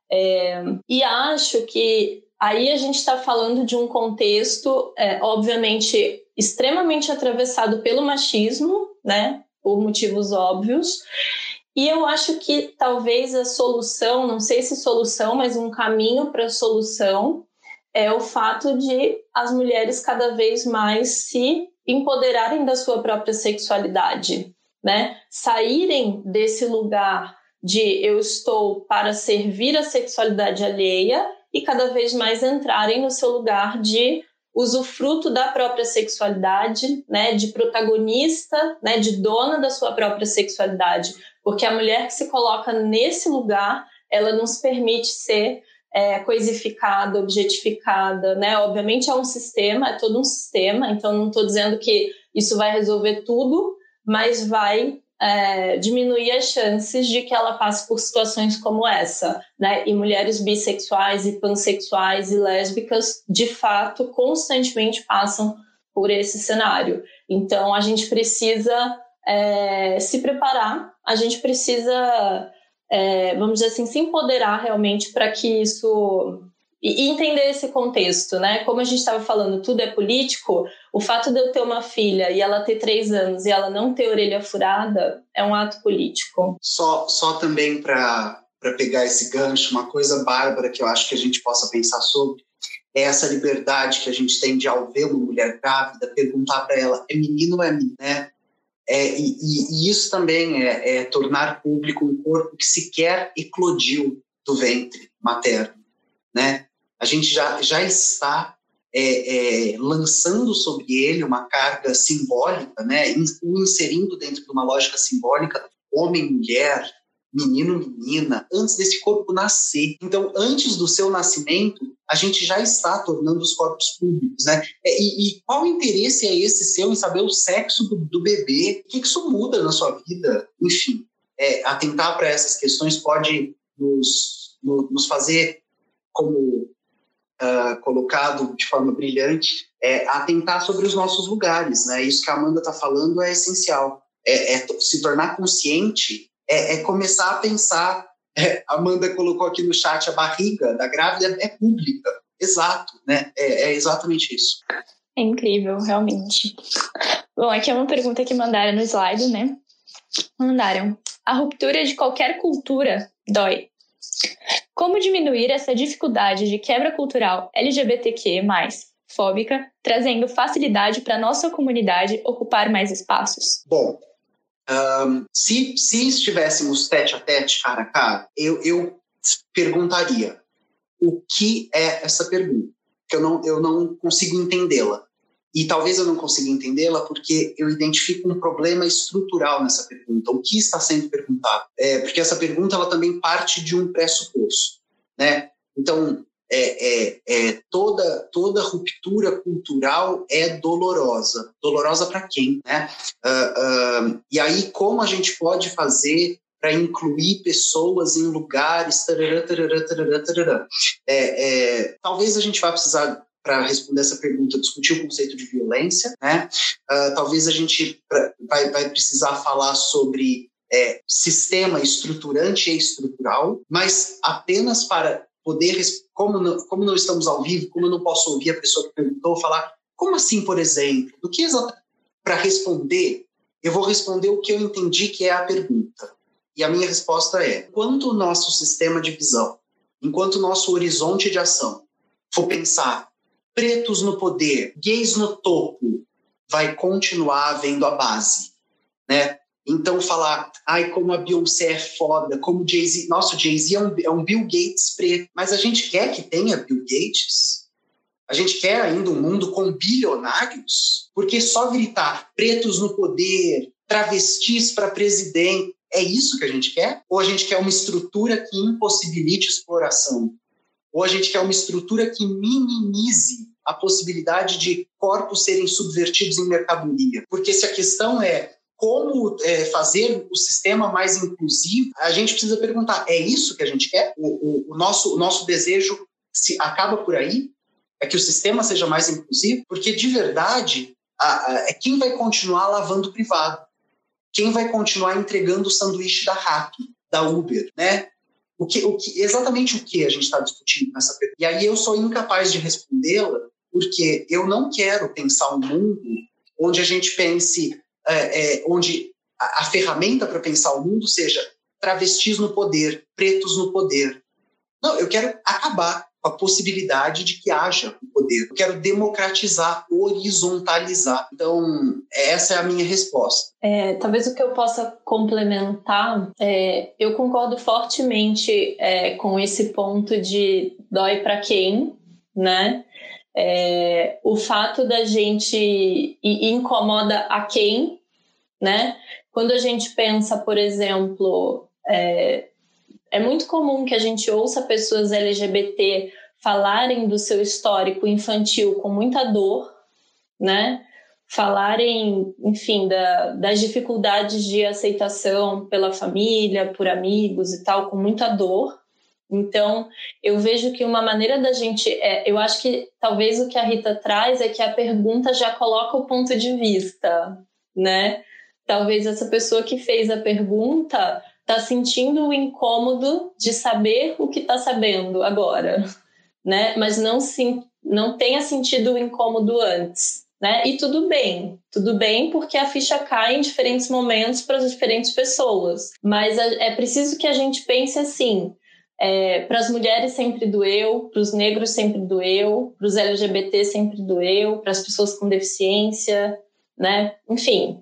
E acho que aí a gente está falando de um contexto, obviamente, extremamente atravessado pelo machismo, né? Por motivos óbvios. E eu acho que talvez a solução, não sei se solução, mas um caminho para a solução é o fato de as mulheres cada vez mais se empoderarem da sua própria sexualidade, né? Saírem desse lugar de eu estou para servir a sexualidade alheia e cada vez mais entrarem no seu lugar de usufruto da própria sexualidade, né, de protagonista, né, de dona da sua própria sexualidade, porque a mulher que se coloca nesse lugar, ela não se permite ser coisificada, objetificada, né? Obviamente é um sistema, é todo um sistema, então não estou dizendo que isso vai resolver tudo, mas vai diminuir as chances de que ela passe por situações como essa, né? E mulheres bissexuais e pansexuais e lésbicas, de fato, constantemente passam por esse cenário. Então, a gente precisa se preparar, a gente precisa, vamos dizer assim, se empoderar realmente para que isso... E entender esse contexto, né? Como a gente estava falando, tudo é político. O fato de eu ter uma filha e ela ter 3 anos e ela não ter orelha furada é um ato político. Só também para pegar esse gancho, uma coisa bárbara que eu acho que a gente possa pensar sobre é essa liberdade que a gente tem de, ao ver uma mulher grávida, perguntar para ela, é menino ou é menina, né? E isso também é tornar público um corpo que sequer eclodiu do ventre materno, né? A gente já está lançando sobre ele uma carga simbólica, né? Inserindo dentro de uma lógica simbólica homem-mulher, menino-menina, antes desse corpo nascer. Então, antes do seu nascimento, a gente já está tornando os corpos públicos, né? E qual interesse é esse seu em saber o sexo do bebê? O que isso muda na sua vida? Enfim, atentar para essas questões pode nos fazer, como colocado de forma brilhante, atentar sobre os nossos lugares, né? Isso que a Amanda está falando é essencial. Se tornar consciente, começar a pensar. A Amanda colocou aqui no chat, a barriga da grávida é pública. Exato, né? É exatamente isso. É incrível, realmente. Bom, aqui é uma pergunta que mandaram no slide, né? Mandaram: a ruptura de qualquer cultura dói. Como diminuir essa dificuldade de quebra cultural LGBTQ+, fóbica, trazendo facilidade para a nossa comunidade ocupar mais espaços? Bom, se estivéssemos tete a tete, cara a cara, eu perguntaria: o que é essa pergunta? Que eu não consigo entendê-la. E talvez eu não consiga entendê-la porque eu identifico um problema estrutural nessa pergunta. O que está sendo perguntado? Porque essa pergunta ela também parte de um pressuposto, né? Então, toda ruptura cultural é dolorosa. Dolorosa para quem, né? E aí, como a gente pode fazer para incluir pessoas em lugares... talvez a gente vá precisar, para responder essa pergunta, discutir o conceito de violência, né? Talvez a gente vai precisar falar sobre sistema estruturante e estrutural, mas apenas para poder, como não estamos ao vivo, como eu não posso ouvir a pessoa que perguntou, falar, como assim, por exemplo? Do que exatamente? Para responder, eu vou responder o que eu entendi que é a pergunta. E a minha resposta é: enquanto o nosso sistema de visão, enquanto o nosso horizonte de ação for pensar pretos no poder, gays no topo, vai continuar havendo a base, né? Então falar, como a Beyoncé é foda, como o Jay-Z... Nossa, o Jay-Z é um Bill Gates preto. Mas a gente quer que tenha Bill Gates? A gente quer ainda um mundo com bilionários? Porque só gritar pretos no poder, travestis para presidente, é isso que a gente quer? Ou a gente quer uma estrutura que impossibilite exploração? Ou a gente quer uma estrutura que minimize a possibilidade de corpos serem subvertidos em mercadoria? Porque se a questão é como fazer o sistema mais inclusivo, a gente precisa perguntar, é isso que a gente quer? O nosso desejo se acaba por aí? É que o sistema seja mais inclusivo? Porque, de verdade, quem vai continuar lavando privado? Quem vai continuar entregando o sanduíche da Rappi, da Uber, né? Exatamente o que a gente está discutindo nessa pergunta? E aí eu sou incapaz de respondê-la porque eu não quero pensar um mundo onde a gente pense, onde a ferramenta para pensar o mundo seja travestis no poder, pretos no poder. Não, eu quero acabar com a possibilidade de que haja o poder. Eu quero democratizar, horizontalizar. Então, essa é a minha resposta. Talvez o que eu possa complementar, eu concordo fortemente com esse ponto de dói para quem, né? O fato da gente e incomoda a quem, né? Quando a gente pensa, por exemplo, é muito comum que a gente ouça pessoas LGBT falarem do seu histórico infantil com muita dor, né? Falarem, enfim, das dificuldades de aceitação pela família, por amigos e tal, com muita dor. Então, eu vejo que uma maneira da gente... eu acho que talvez o que a Rita traz é que a pergunta já coloca o ponto de vista, né? Talvez essa pessoa que fez a pergunta está sentindo o incômodo de saber o que está sabendo agora, né? Mas não tenha sentido o incômodo antes, né? E tudo bem porque a ficha cai em diferentes momentos para as diferentes pessoas. Mas é preciso que a gente pense assim: para as mulheres sempre doeu, para os negros sempre doeu, para os LGBT sempre doeu, para as pessoas com deficiência, né? Enfim,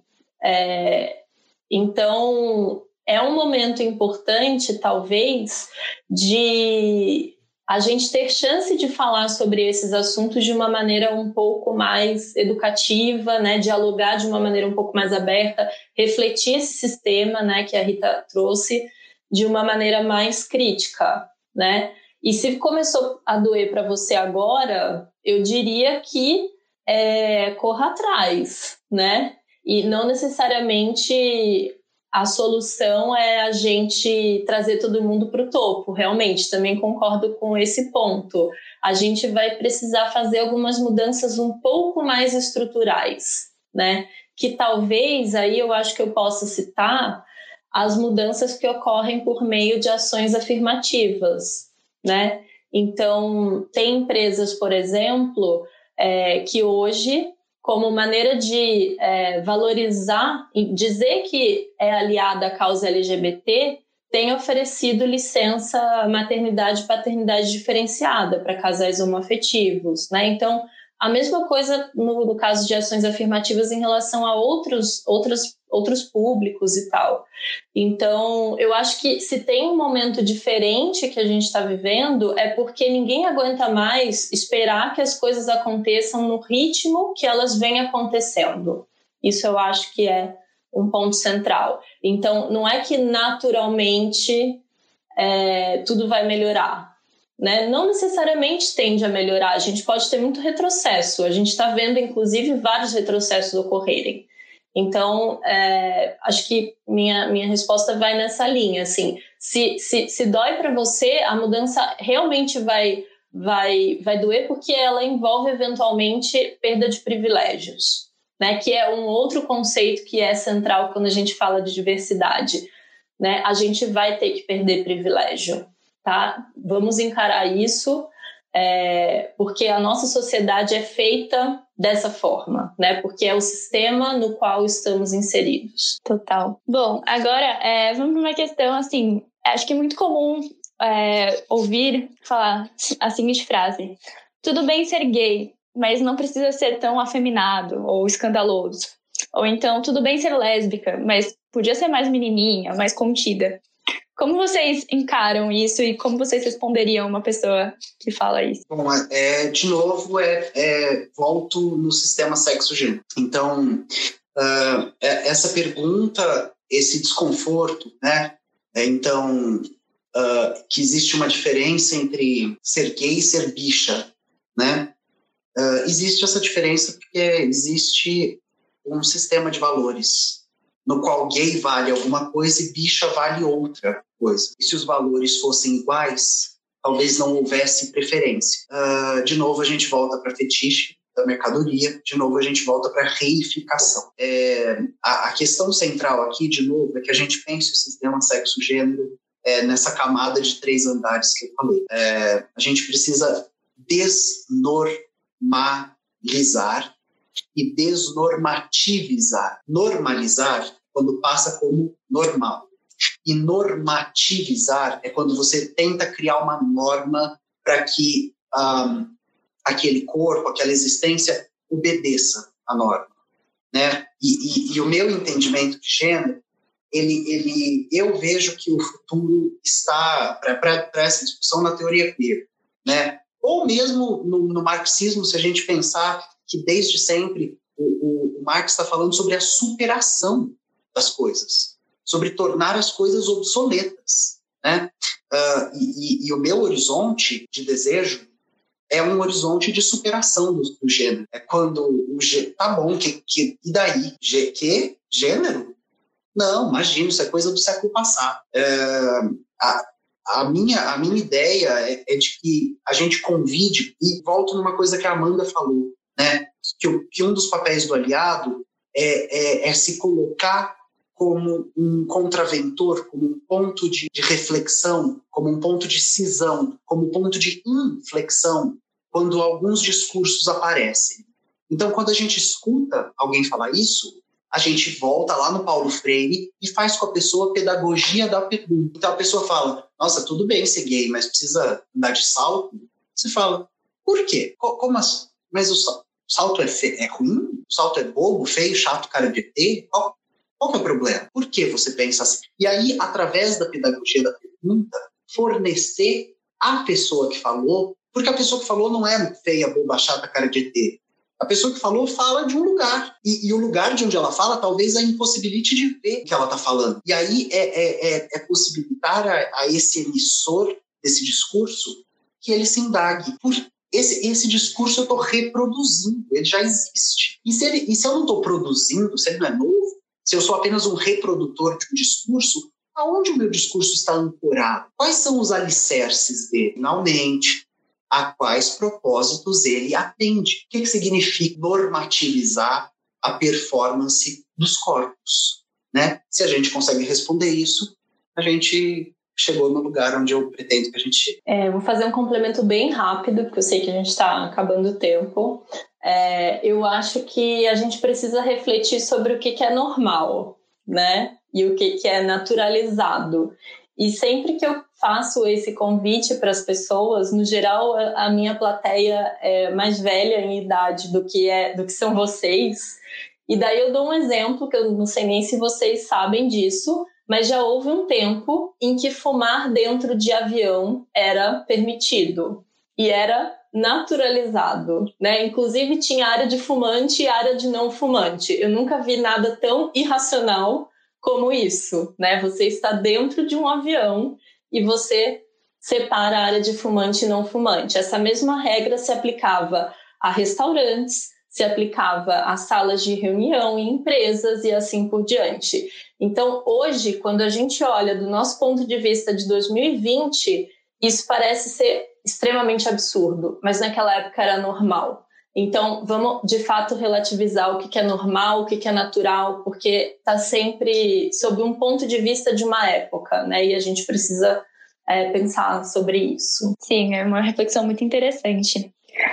então é um momento importante, talvez, de a gente ter chance de falar sobre esses assuntos de uma maneira um pouco mais educativa, né? Dialogar de uma maneira um pouco mais aberta, refletir esse sistema, né, que a Rita trouxe, de uma maneira mais crítica, né? E se começou a doer para você agora, eu diria que corra atrás, né? E não necessariamente a solução é a gente trazer todo mundo para o topo. Realmente, também concordo com esse ponto. A gente vai precisar fazer algumas mudanças um pouco mais estruturais, né? Que talvez, aí eu acho que eu possa citar as mudanças que ocorrem por meio de ações afirmativas, né? Então, tem empresas, por exemplo, que hoje, como maneira de valorizar e dizer que é aliada à causa LGBT, tem oferecido licença maternidade e paternidade diferenciada para casais homoafetivos, né? Então, a mesma coisa no caso de ações afirmativas em relação a outros outros públicos e tal. Então, eu acho que se tem um momento diferente que a gente está vivendo, é porque ninguém aguenta mais esperar que as coisas aconteçam no ritmo que elas vêm acontecendo. Isso eu acho que é um ponto central. Então, não é que naturalmente tudo vai melhorar, né? Não necessariamente tende a melhorar, a gente pode ter muito retrocesso, a gente está vendo inclusive vários retrocessos ocorrerem. Então, acho que minha resposta vai nessa linha, assim, se dói para você, a mudança realmente vai doer, porque ela envolve eventualmente perda de privilégios, né? Que é um outro conceito que é central quando a gente fala de diversidade, né? A gente vai ter que perder privilégio, tá? Vamos encarar isso, porque a nossa sociedade é feita dessa forma, né? Porque é o sistema no qual estamos inseridos. Total. Bom, agora vamos para uma questão, assim, acho que é muito comum ouvir falar a seguinte frase: tudo bem ser gay, mas não precisa ser tão afeminado ou escandaloso. Ou então, tudo bem ser lésbica, mas podia ser mais menininha, mais contida. Como vocês encaram isso e como vocês responderiam a uma pessoa que fala isso? Bom, de novo, volto no sistema sexo-gênero. Então, essa pergunta, esse desconforto, né? Então, que existe uma diferença entre ser gay e ser bicha, né? Existe essa diferença porque existe um sistema de valores no qual gay vale alguma coisa e bicha vale outra coisa. E se os valores fossem iguais, talvez não houvesse preferência. De novo, a gente volta para fetiche da mercadoria, de novo, a gente volta para reificação. A questão central aqui, de novo, é que a gente pense o sistema sexo-gênero nessa camada de 3 andares que eu falei. A gente precisa desnormalizar e desnormativizar. Normalizar quando passa como normal. E normativizar é quando você tenta criar uma norma para que aquele corpo, aquela existência obedeça à norma, né? E o meu entendimento de gênero, eu vejo que o futuro está para essa discussão na teoria queer, né? Ou mesmo no marxismo, se a gente pensar que desde sempre o Marx está falando sobre a superação das coisas, sobre tornar as coisas obsoletas, né? E o meu horizonte de desejo é um horizonte de superação do gênero. É quando tá bom, e daí? Que? Gênero? Não, imagina, isso é coisa do século passado. A minha ideia é de que a gente convide, e volto numa coisa que a Amanda falou, né? Que um dos papéis do aliado é se colocar como um contraventor, como um ponto de reflexão, como um ponto de cisão, como um ponto de inflexão, quando alguns discursos aparecem. Então, quando a gente escuta alguém falar isso, a gente volta lá no Paulo Freire e faz com a pessoa a pedagogia da pergunta. Então, a pessoa fala, nossa, tudo bem ser gay, mas precisa andar de salto? Você fala, por quê? Como assim? Mas o salto é ruim? O salto é bobo, feio, chato, cara de ET? Qual que é o problema? Por que você pensa assim? E aí, através da pedagogia da pergunta, fornecer à pessoa que falou, porque a pessoa que falou não é feia, boba, chata, cara de ET. A pessoa que falou fala de um lugar. E o lugar de onde ela fala talvez a impossibilite de ver o que ela está falando. E aí é possibilitar a esse emissor desse discurso que ele se indague. Por esse discurso eu estou reproduzindo, ele já existe. E se eu não estou produzindo, se ele não é novo, se eu sou apenas um reprodutor de um discurso, aonde o meu discurso está ancorado? Quais são os alicerces dele? Finalmente, a quais propósitos ele atende? O que significa normativizar a performance dos corpos, né? Se a gente consegue responder isso, a gente chegou no lugar onde eu pretendo que a gente chegue. Vou fazer um complemento bem rápido, porque eu sei que a gente está acabando o tempo. Eu acho que a gente precisa refletir sobre o que é normal, né? E o que é naturalizado. E sempre que eu faço esse convite para as pessoas, no geral, a minha plateia é mais velha em idade do que são vocês. E daí eu dou um exemplo, que eu não sei nem se vocês sabem disso, mas já houve um tempo em que fumar dentro de avião era permitido e era naturalizado, né? Inclusive tinha área de fumante e área de não fumante. Eu nunca vi nada tão irracional como isso, né? Você está dentro de um avião e você separa a área de fumante e não fumante. Essa mesma regra se aplicava a restaurantes, se aplicava a salas de reunião em empresas e assim por diante. Então, hoje, quando a gente olha do nosso ponto de vista de 2020, isso parece ser extremamente absurdo, mas naquela época era normal. Então, vamos, de fato, relativizar o que é normal, o que é natural, porque está sempre sob um ponto de vista de uma época, né? E a gente precisa pensar sobre isso. Sim, é uma reflexão muito interessante.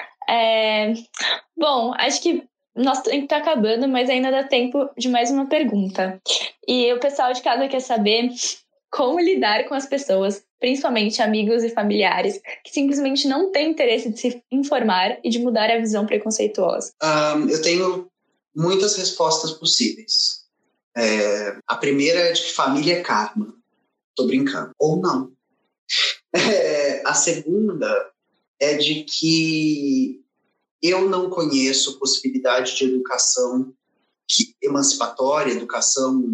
Bom, acho que nosso tempo está acabando, mas ainda dá tempo de mais uma pergunta. E o pessoal de casa quer saber como lidar com as pessoas, principalmente amigos e familiares, que simplesmente não têm interesse de se informar e de mudar a visão preconceituosa. Eu tenho muitas respostas possíveis. A primeira é de que família é karma. Tô brincando. Ou não. A segunda é de que eu não conheço possibilidade de educação emancipatória, educação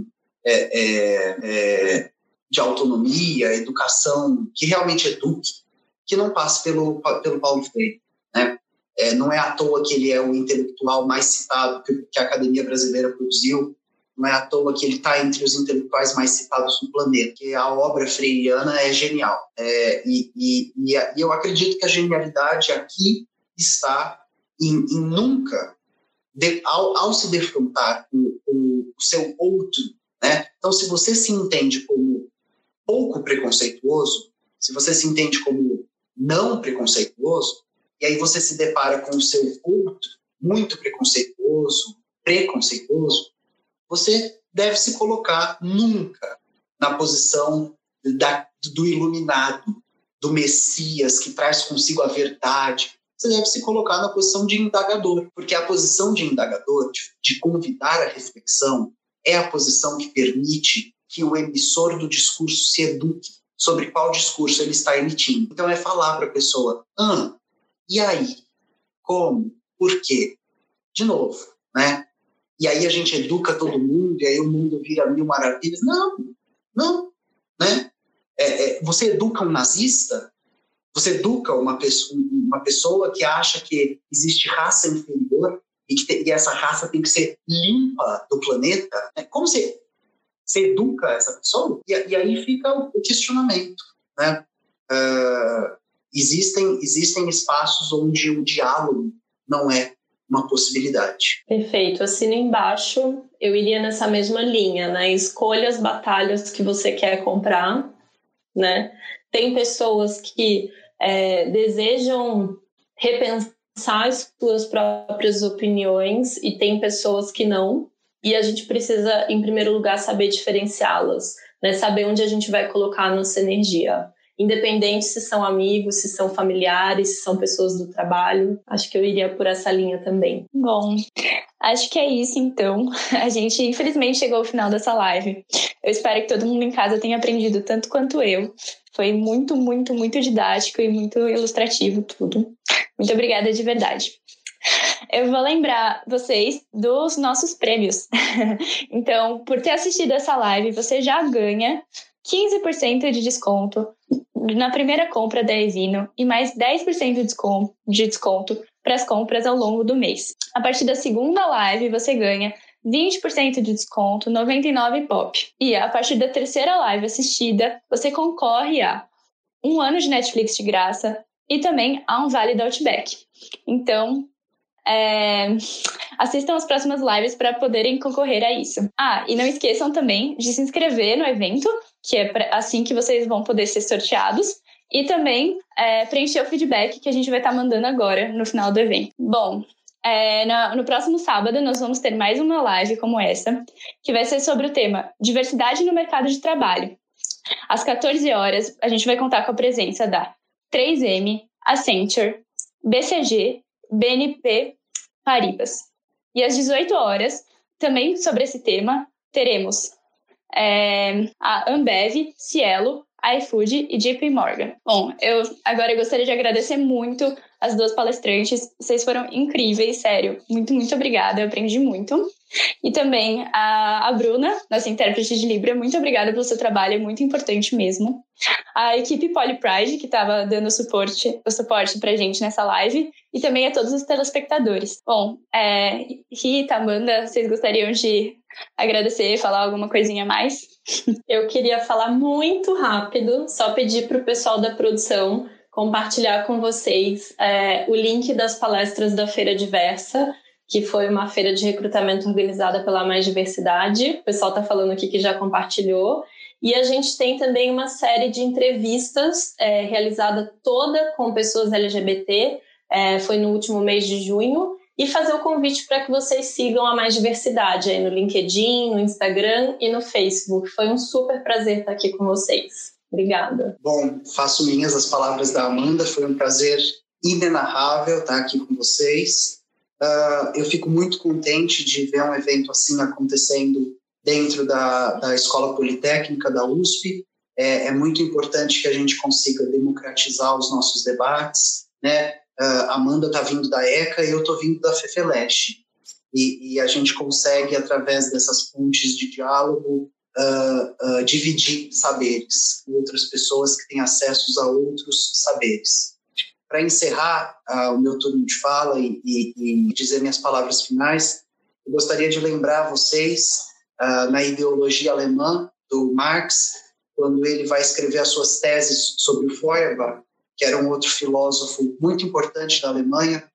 de autonomia, educação que realmente eduque, que não passe pelo Paulo Freire, né? Não é à toa que ele é o intelectual mais citado que a Academia Brasileira produziu, não é à toa que ele está entre os intelectuais mais citados do planeta, que a obra freiriana é genial. E eu acredito que a genialidade aqui está em nunca, ao se defrontar com o seu outro, né? Então, se você se entende como pouco preconceituoso, se você se entende como não preconceituoso, e aí você se depara com o seu outro muito preconceituoso, você deve se colocar nunca na posição do iluminado, do Messias que traz consigo a verdade. Você deve se colocar na posição de indagador, porque a posição de indagador, de convidar a reflexão, é a posição que permite que o emissor do discurso se eduque sobre qual discurso ele está emitindo. Então é falar para a pessoa, e aí? Como? Por quê? De novo, né? E aí a gente educa todo mundo, e aí o mundo vira mil maravilhas. Não, né? Você educa um nazista? Você educa uma pessoa que acha que existe raça inferior e essa raça tem que ser limpa do planeta? Como você educa essa pessoa? E aí fica o questionamento, né? Existem espaços onde o diálogo não é uma possibilidade. Perfeito, assino embaixo. Eu iria nessa mesma linha, né? Escolha as batalhas que você quer comprar, né? Tem pessoas que desejam repensar as suas próprias opiniões e tem pessoas que não. E a gente precisa, em primeiro lugar, saber diferenciá-las, né? Saber onde a gente vai colocar a nossa energia. Independente se são amigos, se são familiares, se são pessoas do trabalho. Acho que eu iria por essa linha também. Bom, acho que é isso então. A gente infelizmente chegou ao final dessa live. Eu espero que todo mundo em casa tenha aprendido tanto quanto eu. Foi muito, muito, muito didático e muito ilustrativo tudo. Muito obrigada de verdade. Eu vou lembrar vocês dos nossos prêmios. Então, por ter assistido essa live, você já ganha 15% de desconto na primeira compra da Evino e mais 10% de desconto para as compras ao longo do mês. A partir da segunda live, você ganha 20% de desconto, 99 Pop. E a partir da terceira live assistida, você concorre a 1 ano de Netflix de graça e também a um vale da Outback. Então, assistam as próximas lives para poderem concorrer a isso. E não esqueçam também de se inscrever no evento, que é assim que vocês vão poder ser sorteados, e também preencher o feedback que a gente vai estar mandando agora no final do evento. Bom, no próximo sábado nós vamos ter mais uma live como essa, que vai ser sobre o tema Diversidade no Mercado de Trabalho. Às 14 horas, a gente vai contar com a presença da 3M, Accenture, BCG, BNP Paribas. E às 18 horas, também sobre esse tema, teremos a Ambev, Cielo, iFood e JP Morgan. Bom, eu agora gostaria de agradecer muito as duas palestrantes. Vocês foram incríveis, sério. Muito, muito obrigada, eu aprendi muito. E também a Bruna, nossa intérprete de Libra, muito obrigada pelo seu trabalho, é muito importante mesmo. A equipe Polypride, que estava dando o suporte pra gente nessa live, e também a todos os telespectadores. Bom, Rita, Amanda, vocês gostariam de agradecer, falar alguma coisinha a mais? Eu queria falar muito rápido, só pedir para o pessoal da produção compartilhar com vocês o link das palestras da Feira Diversa, que foi uma feira de recrutamento organizada pela Mais Diversidade. O pessoal está falando aqui que já compartilhou. E a gente tem também uma série de entrevistas realizada toda com pessoas LGBT, foi no último mês de junho, e fazer o convite para que vocês sigam a Mais Diversidade aí no LinkedIn, no Instagram e no Facebook. Foi um super prazer estar aqui com vocês. Obrigada. Bom, faço minhas as palavras da Amanda, foi um prazer inenarrável estar aqui com vocês. Eu fico muito contente de ver um evento assim acontecendo dentro da Escola Politécnica da USP. É muito importante que a gente consiga democratizar os nossos debates, né? Amanda está vindo da ECA e eu estou vindo da FEFELESH. E a gente consegue, através dessas pontes de diálogo, dividir saberes com outras pessoas que têm acesso a outros saberes. Para encerrar o meu turno de fala e dizer minhas palavras finais, eu gostaria de lembrar vocês na ideologia alemã do Marx, quando ele vai escrever as suas teses sobre o Feuerbach, que era um outro filósofo muito importante da Alemanha.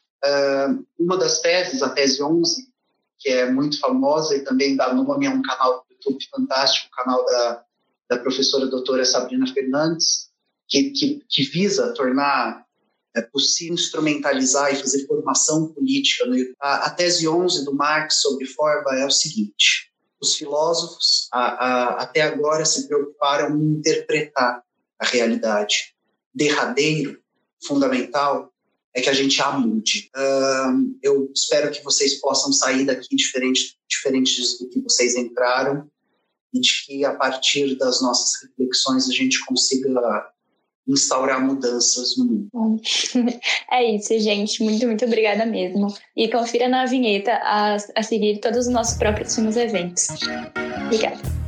Uma das teses, a tese 11, que é muito famosa e também dá nome a um canal do YouTube fantástico, o canal da professora doutora Sabrina Fernandes, que visa tornar possível instrumentalizar e fazer formação política. A tese 11 do Marx sobre Feuerbach é o seguinte: os filósofos até agora se preocuparam em interpretar a realidade. Derradeiro, fundamental, é que a gente a mude. Eu espero que vocês possam sair daqui diferentes do que vocês entraram e de que, a partir das nossas reflexões, a gente consiga instaurar mudanças no mundo. É isso, gente. Muito, muito obrigada mesmo. E confira na vinheta a seguir todos os nossos próximos eventos. Obrigada.